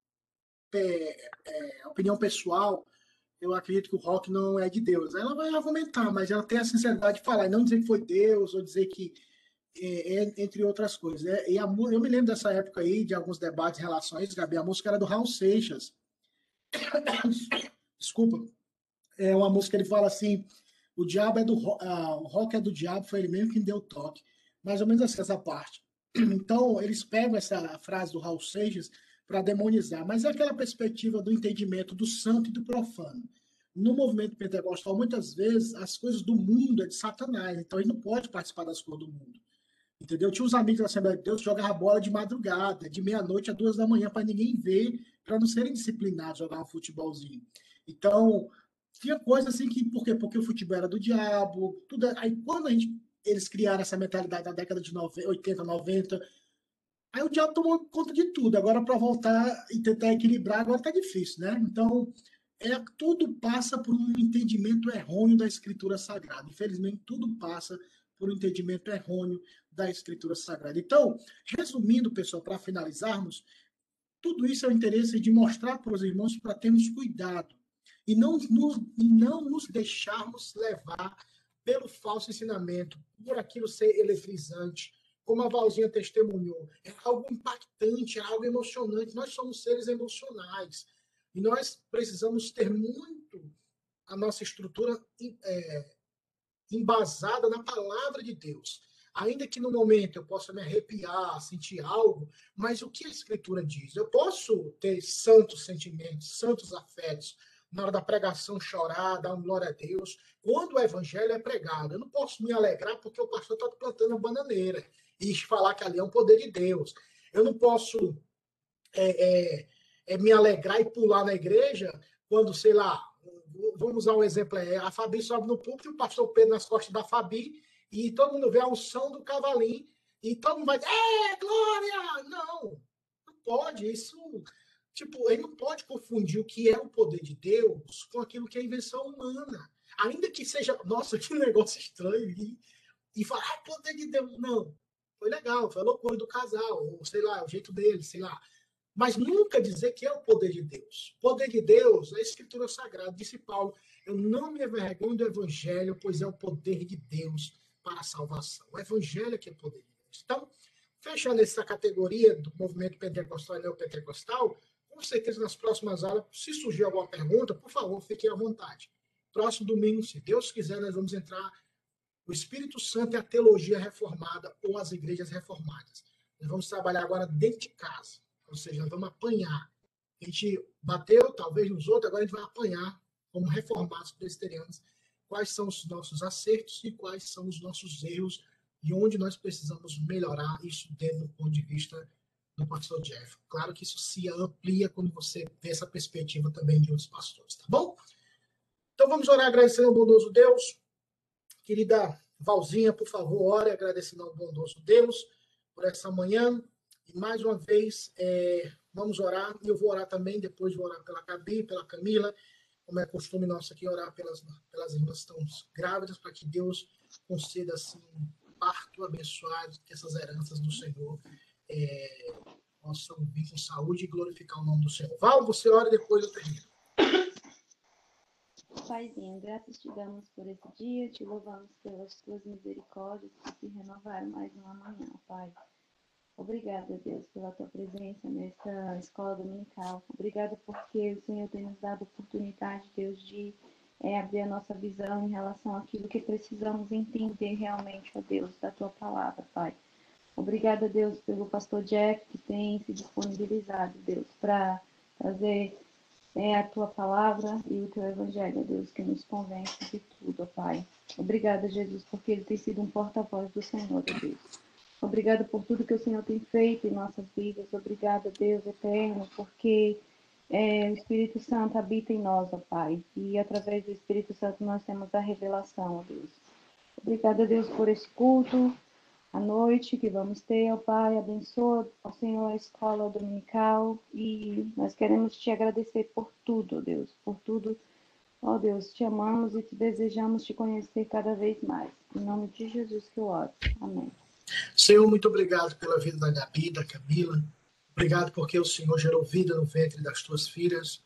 opinião pessoal, eu acredito que o rock não é de Deus. Ela vai argumentar, mas ela tem a sinceridade de falar, e não dizer que foi Deus, ou dizer que entre outras coisas. Né? E eu me lembro dessa época aí, de alguns debates em relação a isso, Gabi, a música era do Raul Seixas. Desculpa. É uma música que ele fala assim, o diabo o rock é do diabo, foi ele mesmo que deu o toque. Mais ou menos assim, essa parte. Então, eles pegam essa frase do Raul Seixas para demonizar, mas é aquela perspectiva do entendimento do santo e do profano. No movimento pentecostal, muitas vezes, as coisas do mundo é de Satanás, então ele não pode participar das coisas do mundo. Entendeu? Tinha uns amigos da Assembleia de Deus que jogavam bola de madrugada, de meia-noite a 2 da manhã, para ninguém ver, para não serem disciplinados, jogar um futebolzinho. Então, tinha coisa assim que, por quê? Porque o futebol era do diabo, tudo. Aí quando eles criaram essa mentalidade na década de 80, 90, aí o diabo tomou conta de tudo. Agora, para voltar e tentar equilibrar, agora tá difícil, né? Então, tudo passa por um entendimento errôneo da Escritura Sagrada. Infelizmente, tudo passa por um entendimento errôneo da Escritura Sagrada. Então, resumindo, pessoal, para finalizarmos, tudo isso é o interesse de mostrar para os irmãos para termos cuidado e não nos deixarmos levar pelo falso ensinamento, por aquilo ser eletrizante, como a Valzinha testemunhou. É algo impactante, é algo emocionante. Nós somos seres emocionais e nós precisamos ter muito a nossa estrutura embasada na palavra de Deus. Ainda que no momento eu possa me arrepiar, sentir algo, mas o que a Escritura diz? Eu posso ter santos sentimentos, santos afetos, na hora da pregação chorar, dar uma glória a Deus. Quando o evangelho é pregado, eu não posso me alegrar porque o pastor está plantando a bananeira e falar que ali é um poder de Deus. Eu não posso me alegrar e pular na igreja quando, sei lá, vamos usar um exemplo, a Fabi sobe no púlpito e o pastor Pedro nas costas da Fabi e todo mundo vê a unção do cavalinho e todo mundo vai dizer, glória! Não pode, isso... Tipo, ele não pode confundir o que é o poder de Deus com aquilo que é a invenção humana. Ainda que seja, nossa, que negócio estranho. E falar, poder de Deus. Não. Foi legal, foi a loucura do casal, ou sei lá, o jeito dele, sei lá. Mas nunca dizer que é o poder de Deus. O poder de Deus é a Escritura Sagrada. Disse Paulo, eu não me envergonho do Evangelho, pois é o poder de Deus para a salvação. O Evangelho é que é o poder de Deus. Então, fechando essa categoria do movimento pentecostal e neopentecostal, com certeza, nas próximas aulas, se surgir alguma pergunta, por favor, fiquem à vontade. Próximo domingo, se Deus quiser, nós vamos entrar o Espírito Santo e a teologia reformada ou as igrejas reformadas. Nós vamos trabalhar agora dentro de casa, ou seja, nós vamos apanhar. A gente bateu, talvez, nos outros, agora a gente vai apanhar, como reformados presbiterianos, quais são os nossos acertos e quais são os nossos erros e onde nós precisamos melhorar isso dentro do ponto de vista do pastor Jeff. Claro que isso se amplia quando você vê essa perspectiva também de outros pastores, tá bom? Então vamos orar agradecendo ao bondoso Deus. Querida Valzinha, por favor, ore agradecendo ao bondoso Deus por essa manhã. E mais uma vez, vamos orar. E eu vou orar também, depois vou orar pela Gabi, pela Camila, como é costume nosso aqui, orar pelas irmãs que estão grávidas, para que Deus conceda assim, um parto abençoado, que essas heranças do Senhor possam vir com saúde e glorificar o nome do Senhor. Val, você ora e depois eu termino. Paizinho, graças te damos por esse dia, te louvamos pelas tuas misericórdias que se renovaram mais uma manhã, Pai. Obrigada, Deus, pela tua presença nessa escola dominical. Obrigada porque o Senhor tem nos dado a oportunidade, Deus, de abrir a nossa visão em relação àquilo que precisamos entender realmente, ó Deus, da tua palavra, Pai. Obrigada, Deus, pelo pastor Jack, que tem se disponibilizado, Deus, para trazer a tua palavra e o teu evangelho, Deus, que nos convence de tudo, ó Pai. Obrigada, Jesus, porque ele tem sido um porta-voz do Senhor, ó Deus. Obrigada por tudo que o Senhor tem feito em nossas vidas. Obrigada, Deus eterno, porque o Espírito Santo habita em nós, ó Pai. E através do Espírito Santo nós temos a revelação, ó Deus. Obrigada, Deus, por esse culto. A noite que vamos ter, ó Pai, abençoa, ó Senhor, a escola dominical, e nós queremos te agradecer por tudo, ó Deus, por tudo, ó Deus, te amamos e te desejamos te conhecer cada vez mais. Em nome de Jesus que eu oro. Amém. Senhor, muito obrigado pela vida da Gabi, da Camila, obrigado porque o Senhor gerou vida no ventre das tuas filhas,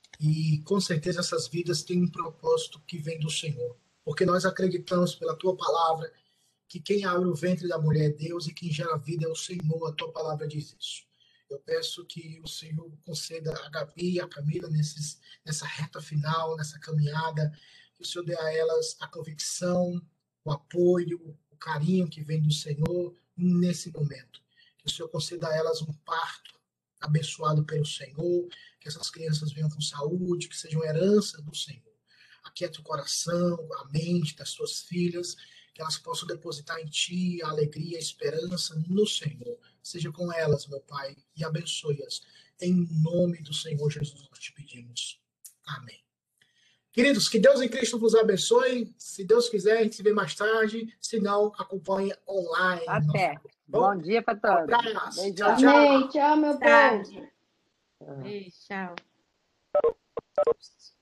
e com certeza essas vidas têm um propósito que vem do Senhor, porque nós acreditamos pela tua palavra, que quem abre o ventre da mulher é Deus e quem gera vida é o Senhor, a tua palavra diz isso. Eu peço que o Senhor conceda a Gabi e a Camila nessa reta final, nessa caminhada, que o Senhor dê a elas a convicção, o apoio, o carinho que vem do Senhor nesse momento. Que o Senhor conceda a elas um parto abençoado pelo Senhor, que essas crianças venham com saúde, que sejam herança do Senhor. Aquieta o coração, a mente das tuas filhas, que elas possam depositar em Ti a alegria, a esperança no Senhor. Seja com elas, meu Pai, e abençoe-as. Em nome do Senhor Jesus nós te pedimos. Amém. Queridos, que Deus em Cristo vos abençoe. Se Deus quiser, a gente se vê mais tarde. Se não, acompanhe online. Até. Bom dia para todos. Abraço. Beijão. Amém. Tchau, meu povo. Beijo, tchau.